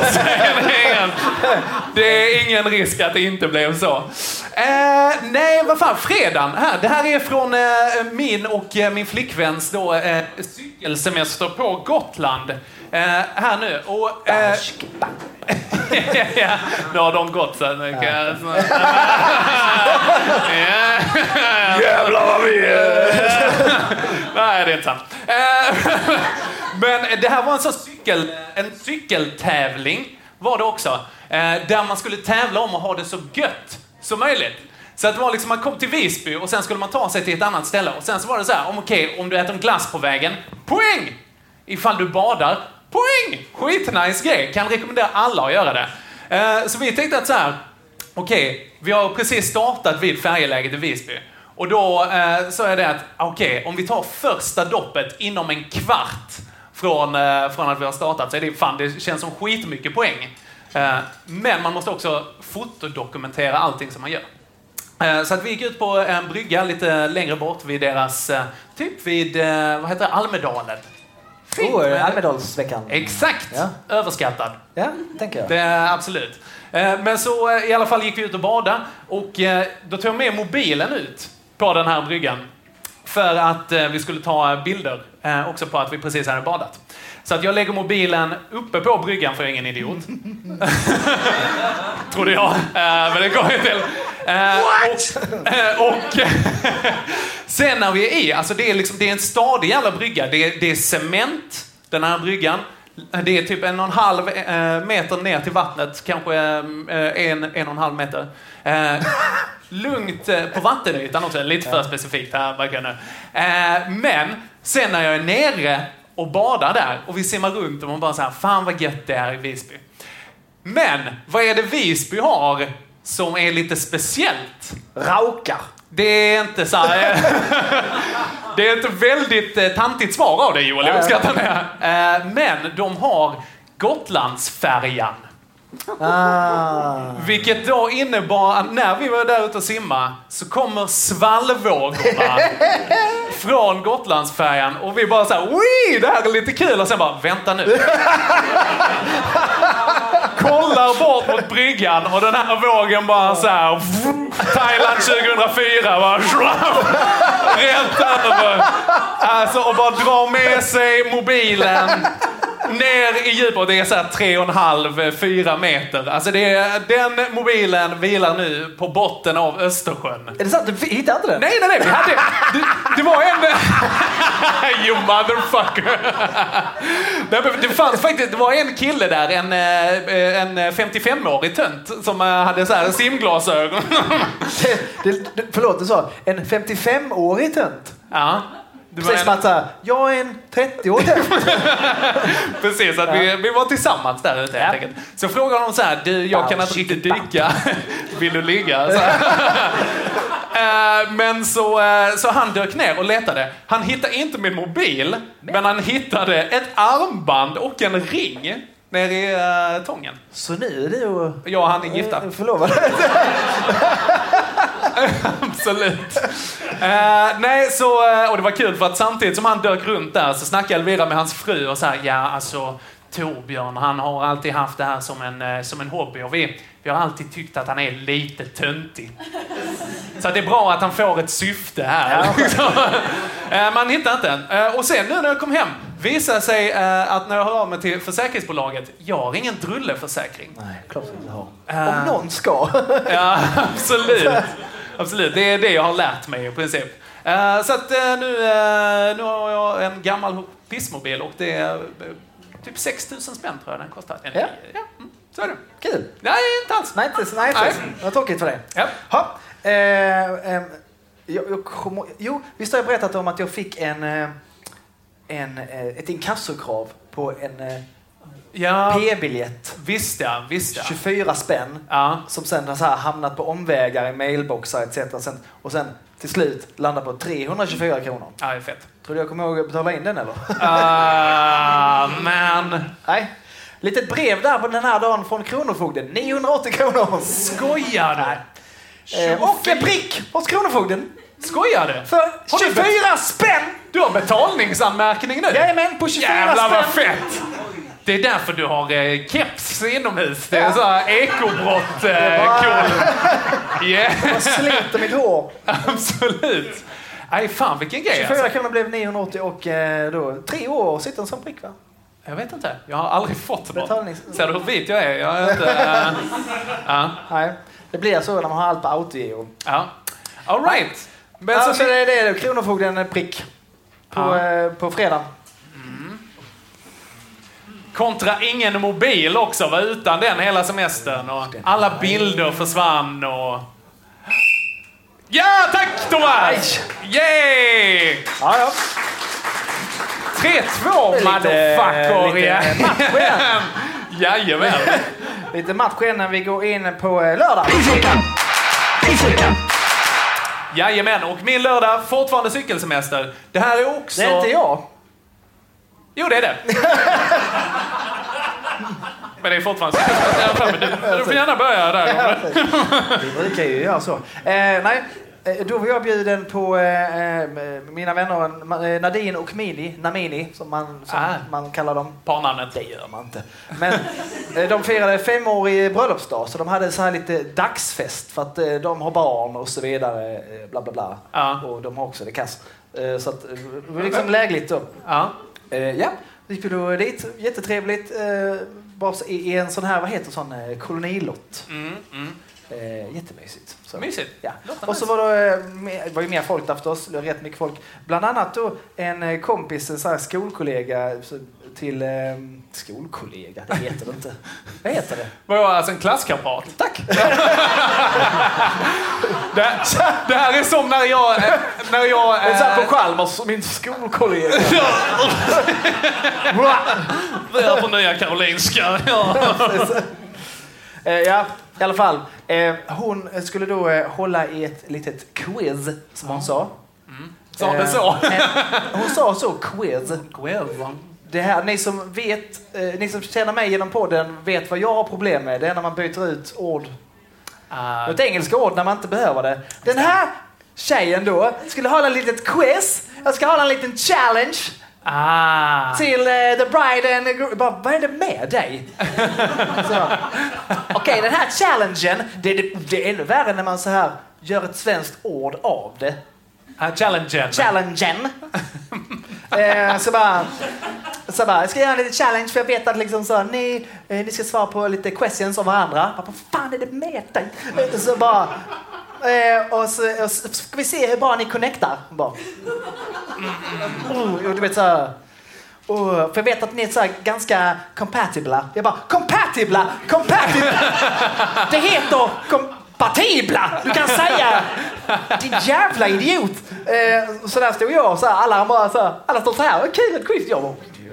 F: Det är ingen risk att det inte blev så. Nej, vad fan, fredagen här. Det här är från min och min flickväns då, cykelsemester på Gotland. Här nu. Och, ja, då har de gått så mycket.
G: Jävlar vad vi är.
F: Nej, det är inte sant. Men det här var en cykeltävling var det också. Där man skulle tävla om att ha det så gött som möjligt. Så att det var liksom, man kom till Visby och sen skulle man ta sig till ett annat ställe. Och sen så var det så här, om du äter en glass på vägen, poäng! Ifall du badar, poäng! Skitnice grej, kan rekommendera alla att göra det. Så vi tänkte att så här, vi har precis startat vid färjeläget i Visby. Och då så är det att, om vi tar första doppet inom en kvart från att vi har startat, så är det känns som skitmycket poäng. Men man måste också fotodokumentera allting som man gör. Så att vi gick ut på en brygga lite längre bort vid deras, typ vid, vad heter det, Almedalen.
G: Almedalsveckan.
F: Exakt, ja. Överskattad.
G: Ja, tänker jag.
F: Det är absolut. Men så i alla fall gick vi ut och bada och då tog jag med mobilen ut på den här bryggan för att vi skulle ta bilder också på att vi precis hade badat. Så att jag lägger mobilen uppe på bryggan för ingen idiot. Trodde jag. Men det går inte till. Och sen när vi är i, alltså det är en stadig jävla brygga. Det är cement, den här bryggan. Det är typ 1,5 meter ner till vattnet. Kanske 1,5 meter. Lugnt på vattenytan också. Lite för specifikt här verkar nu. Men sen när jag är nere och badar där och vi simmar runt och man bara så här, fan vad gött det är i Visby. Men vad är det Visby har som är lite speciellt?
G: Raukar.
F: Det är inte så här, det är inte väldigt tantigt svar av det, Joel. Jag uppskattar det. Men de har Gotlandsfärjan. Vilket då innebar att när vi var där ute och simma så kommer svallvågorna från Gotlandsfärjan och vi bara så här, oj, det här är lite kul, och sen bara, vänta nu. Kollar bort mot bryggan och den här vågen bara så här, Thailand 2004 bara rätt över. Alltså, och bara drar med sig mobilen ner i djupet. Det är så här 3,5-4 meter. Alltså den mobilen vilar nu på botten av Östersjön.
G: Är det sant? Du hittade inte den?
F: Nej. Vi hade, det var en... You motherfucker. Det fanns faktiskt... Det var en kille där, en 55-årig tönt som hade så här simglasögon.
G: Förlåt, du sa en 55-årig tönt?
F: Ja.
G: Precis som att säga, jag är en 30-årig tönt.
F: Precis, att vi var tillsammans där ute helt enkelt. Så frågade de så här, du, jag kan inte riktigt dyka. Vill du ligga? Så men så han dök ner och letade. Han hittade inte min mobil, men han hittade ett armband och en ring nere i Tången.
G: Så nu är det ju...
F: Ja, han är gifta.
G: Förlovad.
F: Absolut. Nej, så, och det var kul för att samtidigt som han dök runt där så snackade Elvira med hans fru och sa, ja alltså Torbjörn, han har alltid haft det här som en hobby och vi har alltid tyckt att han är lite töntig. Så det är bra att han får ett syfte här. Ja. Man hittar inte en. Och sen nu när jag kom hem visade sig att när jag hör av mig till försäkringsbolaget, jag har ingen drulleförsäkring.
G: Nej, klart att jag har. Om någon ska.
F: Ja, absolut. Det är det jag har lärt mig i princip. Så att nu har jag en gammal pissmobil och det är typ 6 000 spänn tror jag den kostar.
G: Ja.
F: Så är det.
G: Kul.
F: Nej, inte alls.
G: Nej. Vad tråkigt för dig.
F: Ja.
G: Jo, visst har jag berättat om att jag fick en ett inkassokrav på en P-biljett.
F: Visst ja.
G: 24 spänn.
F: Ja.
G: Som sen har så här hamnat på omvägar i mailboxar etc. Och sen till slut landar på 324 kronor.
F: Ja, det är fett.
G: Tror du jag kommer ihåg att betala in den eller?
F: Men...
G: Nej. Litet brev där på den här dagen från Kronofogden. 980 kronor.
F: Skojar du?
G: Och en prick hos Kronofogden.
F: Skojar du?
G: För 24 spänn!
F: Du har betalningsanmärkning nu?
G: Jajamän, på 24
F: Jävlar
G: spänn.
F: vad fett! Det är därför du har keps inomhus. Det är så här ekobrott cool.
G: Jag sliter mitt hår.
F: Absolut. Nej, fan vilken grej.
G: 24 kronor blev 980 och då 3 år sitter som prick va?
F: Jag vet inte. Jag har aldrig fått något. Ser du hur vit jag är? Jag är inte...
G: Nej, det blir så när man har allt på autogiro.
F: Ja. All right.
G: Men så det är det. Kronofogden prick på fredag.
F: Kontra ingen mobil också, var utan den hela semestern och alla bilder försvann och... Ja, tack Thomas! Yay!
G: Ja.
F: 3-2 motherfucker!
G: Lite
F: Jajamän!
G: Lite match när vi går in på lördag.
F: Jajamän, och min lördag fortfarande cykelsemester. Det här är också...
G: Det är inte jag.
F: Jo, det är det. Men det är fortfarande cykelsemester. Du får gärna börja där.
G: Vi brukar ju göra så. Nej, då var jag bjuden på mina vänner Nadine och Namini, som man kallar dem.
F: Parnamnet.
G: Det gör man inte. Men de firade 5-årig bröllopsdag, så de hade så här lite dagsfest för att de har barn och så vidare, bla bla bla.
F: Ja.
G: Och de har också det kass. Så att det var liksom lägligt då.
F: Ja.
G: Ja, vi gick då dit. Jättetrevligt. Bara i en sån här, vad heter sån, kolonilott. Jättemysigt. Så.
F: Mysigt.
G: Ja. Och så var det var ju mer folk där förstås. Rätt mycket folk. Bland annat då en kompis, en sån här skolkollega till... skolkollega, det heter det inte. Vad heter det?
F: Vadå, alltså en klasskamrat?
G: Tack!
F: det här är som när jag...
G: Det är så här på Chalmers, min skolkollega.
F: Vi är på Nya Karolinska.
G: Ja, i alla fall. Hon skulle då hålla i ett litet quiz, som hon sa.
F: Sa det så?
G: Hon sa så, quiz. Det här, ni som vet, ni som känner mig genom podden vet vad jag har problem med. Det är när man byter ut ord. Ett engelska ord när man inte behöver det. Den här tjejen då skulle hålla ett litet quiz. Jag ska hålla en liten challenge. Till the bride and the groom. Vad är det med dig? Okej, den här challengen, det är ännu värre när man så här gör ett svenskt ord av det.
F: Challengen.
G: Så bara, jag ska göra en liten challenge för jag vet att liksom så, ni ska svara på lite questions av varandra. Vad fan är det med dig? Så bara, och så ska vi se hur bra ni connectar. Bara. Och du vet så här, för jag vet att ni är så här ganska compatibla. Jag bara, compatibla. Det heter kompatibla. Du kan säga, din jävla idiot. Så där stod jag så här, alla står så här. Okej, ett quiz. Jag bara,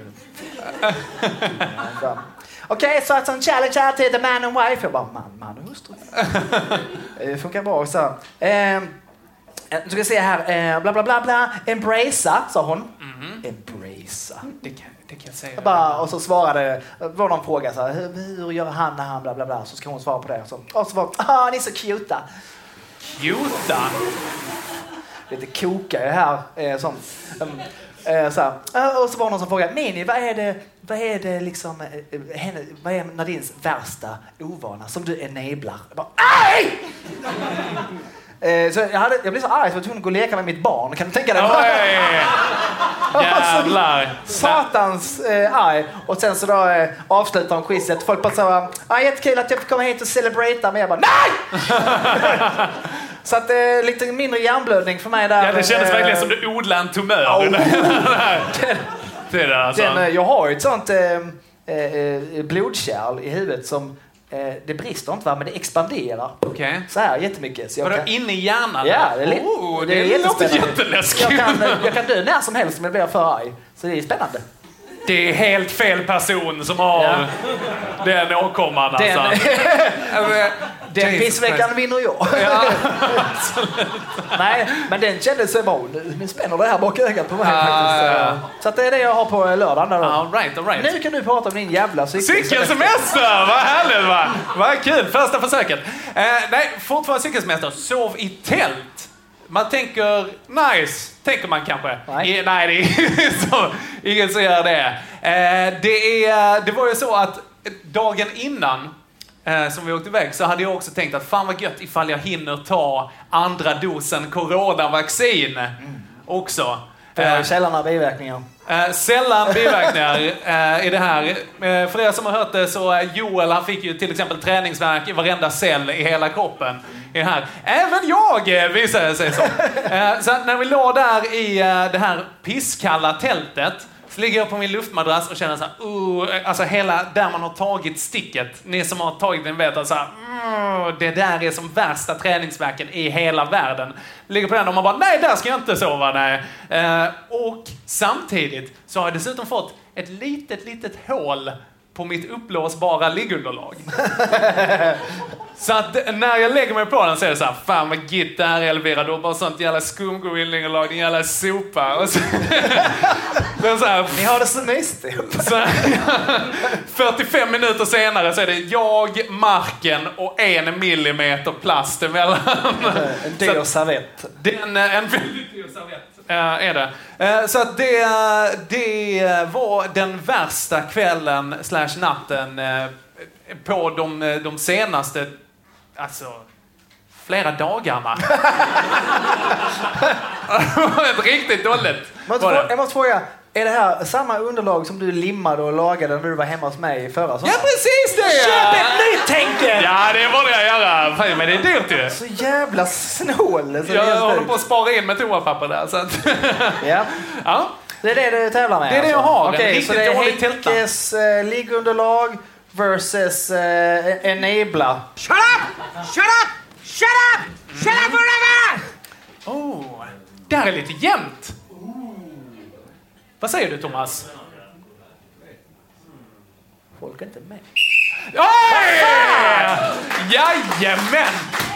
G: okej, så att en challenge här till the man and wife. Jag bara, man och hustru. Det funkar bra så. Nu ska vi se här. Bla bla bla bla. Embracea, sa hon. Embracea.
F: Det kan jag säga.
G: Bara, och så svarade, var någon fråga så här, hur gör han när han bla bla bla, så ska hon svara på det. Och så var, ni är så cuta.
F: Cuta?
G: Lite koka här. Sånt. Så här. Och så var någon som frågade, Mini, vad är det liksom, vad är Nadins värsta ovana som du enablar? Jag bara, aj! Så jag blev så arg så att hon går och leka med mitt barn. Kan du tänka dig?
F: Jävlar.
G: Satans arg. Och sen så då avslutar hon quizet. Folk bara så jättekul att jag får komma hit och celebrata. Men jag bara, nej! Så att lite mindre hjärnblödning för mig där.
F: Ja, det kändes verkligen som du odlade en tumör.
G: Jag har ju ett sånt blodkärl i huvudet som det brister inte, men det expanderar.
F: Okay.
G: Så här jättemycket. Så
F: jag inne i hjärnan?
G: Ja,
F: det låter jätteläskigt.
G: Jag kan dö när som helst om jag blir för arg. Så det är spännande.
F: Det är helt fel person som har den åkomman.
G: Den pissveckan vinner jag. Ja, nej, men den kändes så bra. Nu spänner det här bak ögat på mig faktiskt. Så att det är det jag har på lördagen.
F: All right.
G: Nu kan du prata om din jävla
F: cykelsemester. Vad härligt, va? Vad kul, första försöket. Nej, fortfarande cykelsemester. Sov i tält. Man tänker, nice, tänker man kanske. Nej, det är så, ingen som gör det. Det var ju så att dagen innan som vi åkte iväg så hade jag också tänkt att fan vad gött ifall jag hinner ta andra dosen coronavaccin också.
G: Sällan biverkningar.
F: Sällan biverkningar i det här. För er som har hört det så Joel, han fick ju till exempel träningsvärk i varenda cell i hela kroppen i det här. Även jag visade sig så. Så när vi låg där i det här pisskalla tältet så ligger jag på min luftmadrass och känner så här, alltså hela där man har tagit sticket, ni som har tagit den vet att så här, det där är som värsta träningsvärken i hela världen. Ligger på den och man bara, nej där ska jag inte sova, nej. Och samtidigt så har jag dessutom fått ett litet hål på mitt upplåsbara liggunderlag. Så att när jag lägger mig på den så är det så här, fan vad gitt det här är, Elvira, du har bara sånt jävla skumgummiunderlag, din jävla sopa. Och så, så här,
G: ni har det så mysigt.
F: Så 45 minuter senare så är det jag, marken och 1 millimeter plast emellan.
G: En dyr servett.
F: En väldigt dyr servett är det. Så att det var den värsta kvällen / natten på de senaste, alltså flera dagarna. Riktigt dåligt.
G: Jag måste fråga, är det här samma underlag som du limmade och lagade när du var hemma hos mig förra sommaren?
F: Ja, precis det!
G: Köp ett nytt, tänker!
F: Ja, det borde jag göra. Men det är dyrt ju.
G: Så jävla snål.
F: Jag håller på att spara in med toapapper där. Så att
G: ja. Det är det du tävlar med?
F: Det är det jag har.
G: Okej, så det är Henkes liggunderlag versus enabla.
M: Shut up! Shut up! Shut up! Shut up forever!
F: Det här är lite jämnt. Vad säger du, Thomas?
G: Folk är inte med.
F: Oj! Jajamän!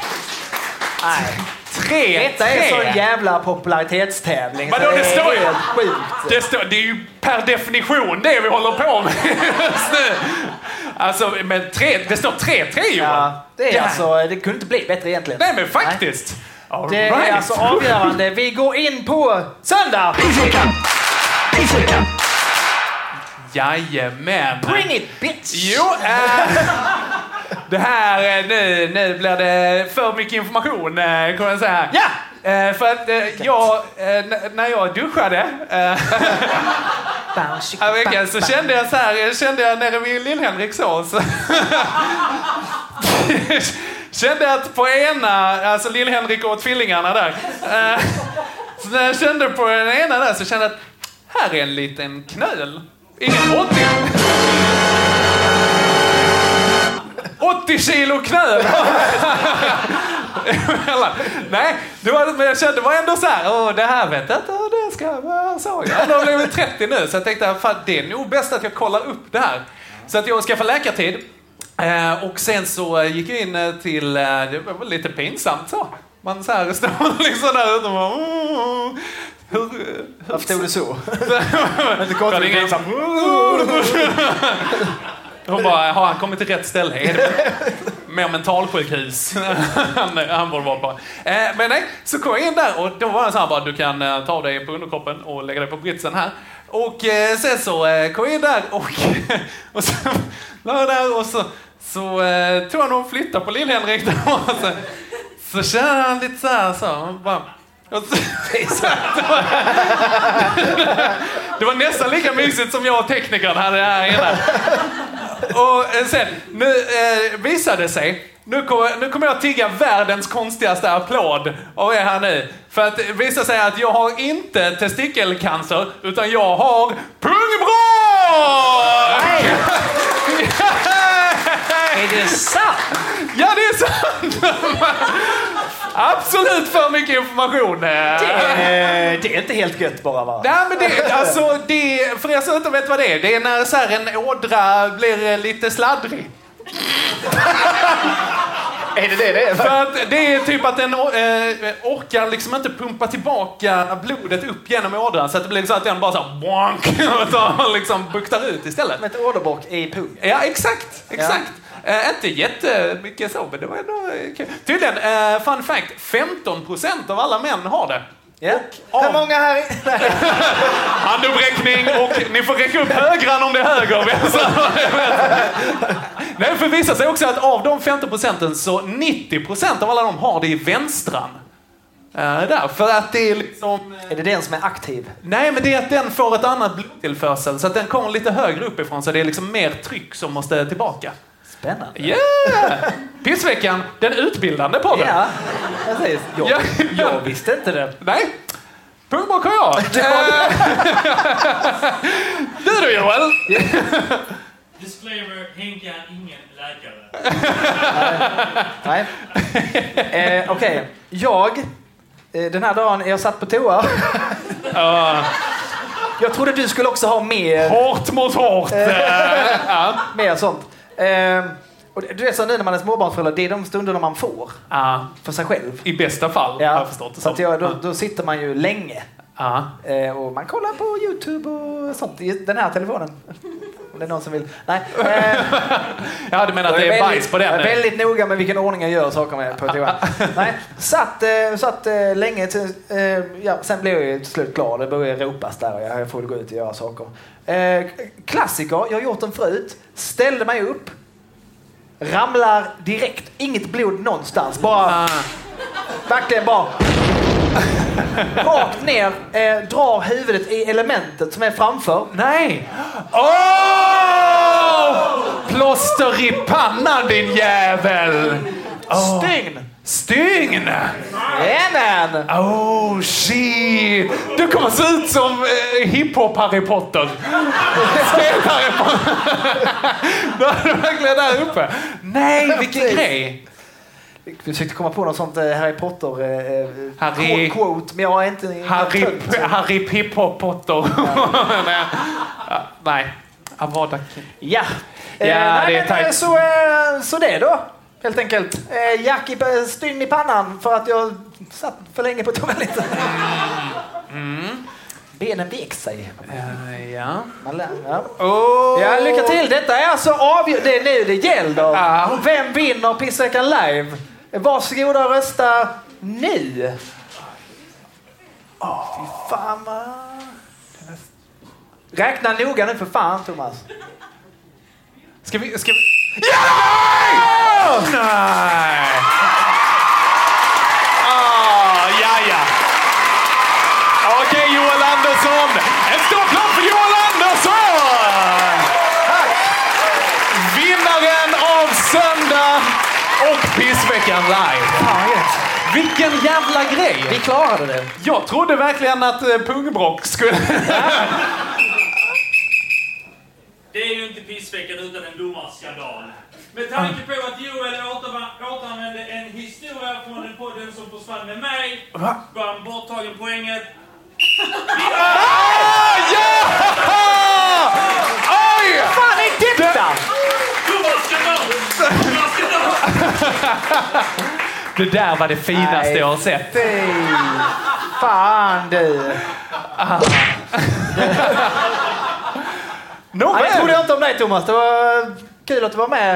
G: Nej. Detta är så en jävla popularitetstävling.
F: Men då, det står helt sjukt. Det är ju per definition det vi håller på med just nu. Alltså, men det står 3-3, Johan.
G: Ja, det är alltså, det kunde inte bli bättre egentligen.
F: Nej, men faktiskt.
G: Det är alltså avgörande. Vi går in på söndag.
F: Jajamän.
G: Bring it, bitch!
F: Jo, det här, nu blir det för mycket information, kan man säga.
G: Ja!
F: För att när jag duschade så kände jag så här, nere vid Lill-Henrik så kände jag att på ena, alltså Lill-Henrik och tvillingarna där, så när jag kände på den ena där så kände jag att här är en liten knöl. Ingen 80 kilo knöl. Nej, men jag kände, det var ändå så här, det här vet jag inte, det ska vara så. Jag har blivit 30 nu, så jag tänkte att det är nog bäst att jag kollar upp det här. Så att jag skaffade läkartid. Och sen så gick jag in till, det var lite pinsamt så. Man så här står liksom där ute och bara,
G: Hur stod det så?
F: Inte konstigt pinsamt. Hon bara, har han kommit till rätt ställe? Är det mer mentalsjukhus? han borde vara på. Men nej, så kom jag in där och då var det så här bara, du kan ta dig på underkroppen och lägga dig på britsen här. Och sen så kom jag in där och så la jag där och så tog han och flyttade på Lill-Henrik och så kände han lite så här så bara, det var nästan lika mysigt som jag och teknikern hade det här inne. Och sen, nu visade det sig, nu kommer jag tigga världens konstigaste applåd av er här nu. För att det visar sig att jag har inte testikelcancer, utan jag har pungbrå!
G: Är det sant?
F: Ja, det är sant! Absolut för mycket information.
G: Det är inte helt gött bara, va?
F: Nej, men för er som inte vet vad det är när så här en ådra blir lite sladdrig.
G: Är det är?
F: För att det är typ att den orkar liksom inte pumpa tillbaka blodet upp genom ådran så att det blir så att den bara så här bonk, och liksom buktar ut istället.
G: Med ett åderbock i pung.
F: Ja, exakt. Inte jättemycket så, men det var ändå kul. Tydligen, fun fact, 15% av alla män har det.
G: Ja. Hur många här?
F: Handuppräckning och ni får räcka upp högran om det är höger. Nej, för visar sig också att av de 15% så 90% av alla de har det i vänstran. För att det är liksom...
G: Är det den som är aktiv?
F: Nej, men det är att den får ett annat blodtillförsel så att den kommer lite högre uppifrån så det är liksom mer tryck som måste tillbaka.
G: Spännande.
F: Yeah! Pissveckan, den utbildande podden.
G: Ja, precis. Jag visste inte det.
F: Nej. Pungbrock har jag. Du Joel.
H: Disclaimer, Henke är ingen läkare.
G: Nej. Okej. Den här dagen jag satt på toa. Jag trodde du skulle också ha mer...
F: Hårt mot hårt.
G: Mer sånt. Och du vet så nu när man är småbarnsförälder, det är de stunderna man får för sig själv.
F: I bästa fall, har jag förstått det.
G: Så att då sitter man ju länge. Och man kollar på YouTube och sånt i den här telefonen. Om det är någon som vill. Nej.
F: Ja, du menar att det är bajs på den?
G: Jag är väldigt noga med vilken ordning jag gör saker med på toa. Nej, satt länge till, sen blev jag till slut klar. Det började ropas där och jag får gå ut och göra saker. Klassiker, jag har gjort den förut. Ställde mig upp. Ramlar direkt. Inget blod någonstans. Bara... Verkligen bara... Rakt ner. Drar huvudet i elementet som är framför.
F: Nej! Plåster i pannan, din jävel! Stygn!
G: Jajamän!
F: Oh, shit! Du kommer se ut som hiphop Harry Potter. Harry Potter. Du är verkligen där uppe. Nej, vilken grej!
G: Jag försökte komma på något sånt Harry Potter quote, men jag är inte...
F: Harry Hiphop Potter. Nej. Avada.
G: Ja.
F: Nej, det är
G: så det då. Helt enkelt. Jack stygn i pannan för att jag satt för länge på toaletten. Benen vek sig. Ja, lycka till. Detta är alltså det är nu det gäller. Vem vinner Pissveckan live? Varsågoda och rösta nu. Fy fan. Räkna noga nu för fan, Thomas.
F: Ska vi... Ja! Nej! Ja. Okej, Joel Andersson. En stor klapp för Joel Andersson! Tack! Vinnaren av söndag och Pissveckan live. Vilken jävla grej!
G: Vi klarade det.
F: Jag trodde verkligen att pungbrock skulle...
H: Det är ju inte Pissveckan utan en domarskandal. Med tanke på att Joel återanvände en historia från den podden som försvann med mig. Var han borttagen poänget.
F: Ja! Oj!
G: Vad fan är detta?
F: Det där var det finaste jag har sett.
G: Fy fan du. Jag trodde inte om dig, Thomas. Det var kul att du var med.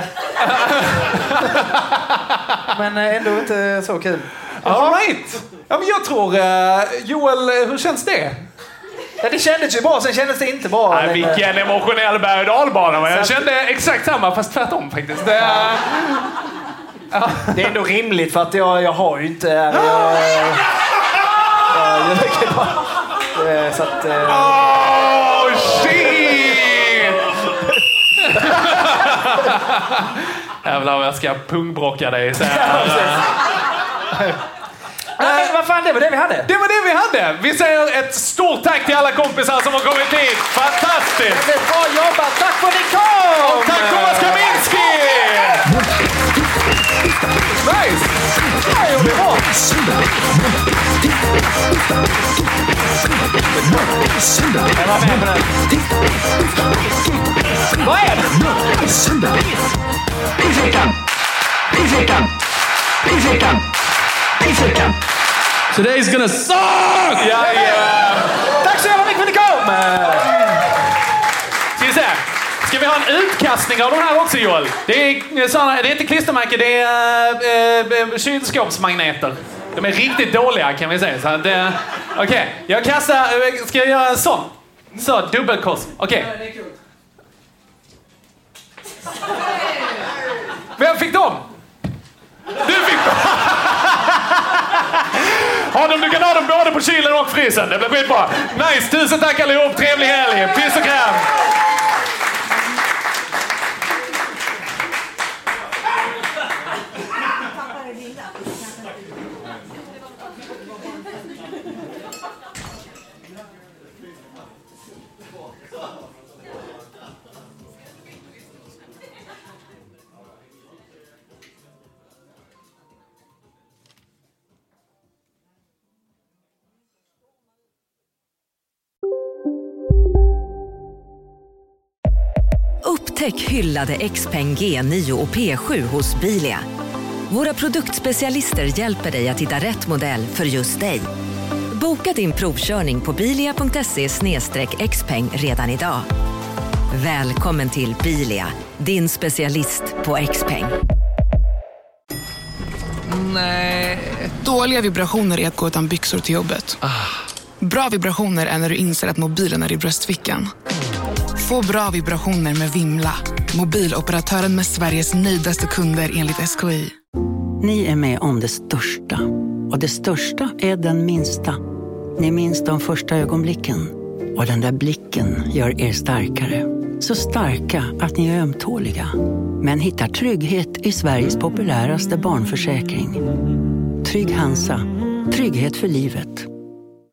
G: Men ändå inte så kul.
F: All right. Ja, men jag tror... Joel, hur känns det?
G: Ja, det kändes ju bra, sen kändes det inte bra.
F: Nej, vilken emotionell berg- och dalbana. Men jag kände exakt samma, fast tvärtom faktiskt. Det
G: är ändå rimligt för att jag har ju inte... Så att...
F: Oh, shit! Jävlar vad jag ska pungbrocka dig.
G: Nej, vad fan, det var det vi hade.
F: Det var det vi hade. Vi säger ett stort tack till alla kompisar som har kommit hit. Fantastiskt.
G: Bra jobbat. Tack för att ni kom.
F: Och tack Thomas Kaminski. Nice! Nej, det är bra! Jag var med på den. Vad är det?
N: Today's gonna suck!
F: Ja. Tack så jävla mycket för att ni kom! Ska vi se. Ska vi ha en utkastning av de här också, Joel? Det är inte klistermärken, det är kylskåpsmagneter. De är riktigt dåliga, kan vi säga. Okej, jag kastar... Ska jag göra en sån? Så, dubbelkors. Okej. Vem fick dem? Du fick dem! Du kan ha dem både på kylen och frysen. Det blir skitbra. Nice, tusen tack allihop. Trevlig helg. Piss och kräm.
O: Upptäck hyllade XPeng G9 och P7 hos Bilia. Våra produktspecialister hjälper dig att hitta rätt modell för just dig. Boka din provkörning på bilia.se/xpeng redan idag. Välkommen till Bilia, din specialist på XPeng.
P: Nej. Dåliga vibrationer är att gå utan byxor till jobbet. Bra vibrationer är när du inser att mobilen är i bröstfickan. Få bra vibrationer med Vimla. Mobiloperatören med Sveriges nöjdaste kunder enligt SKI.
Q: Ni är med om det största. Och det största är den minsta. Ni minns de första ögonblicken. Och den där blicken gör er starkare. Så starka att ni är ömtåliga. Men hittar trygghet i Sveriges populäraste barnförsäkring. Trygg Hansa. Trygghet för livet.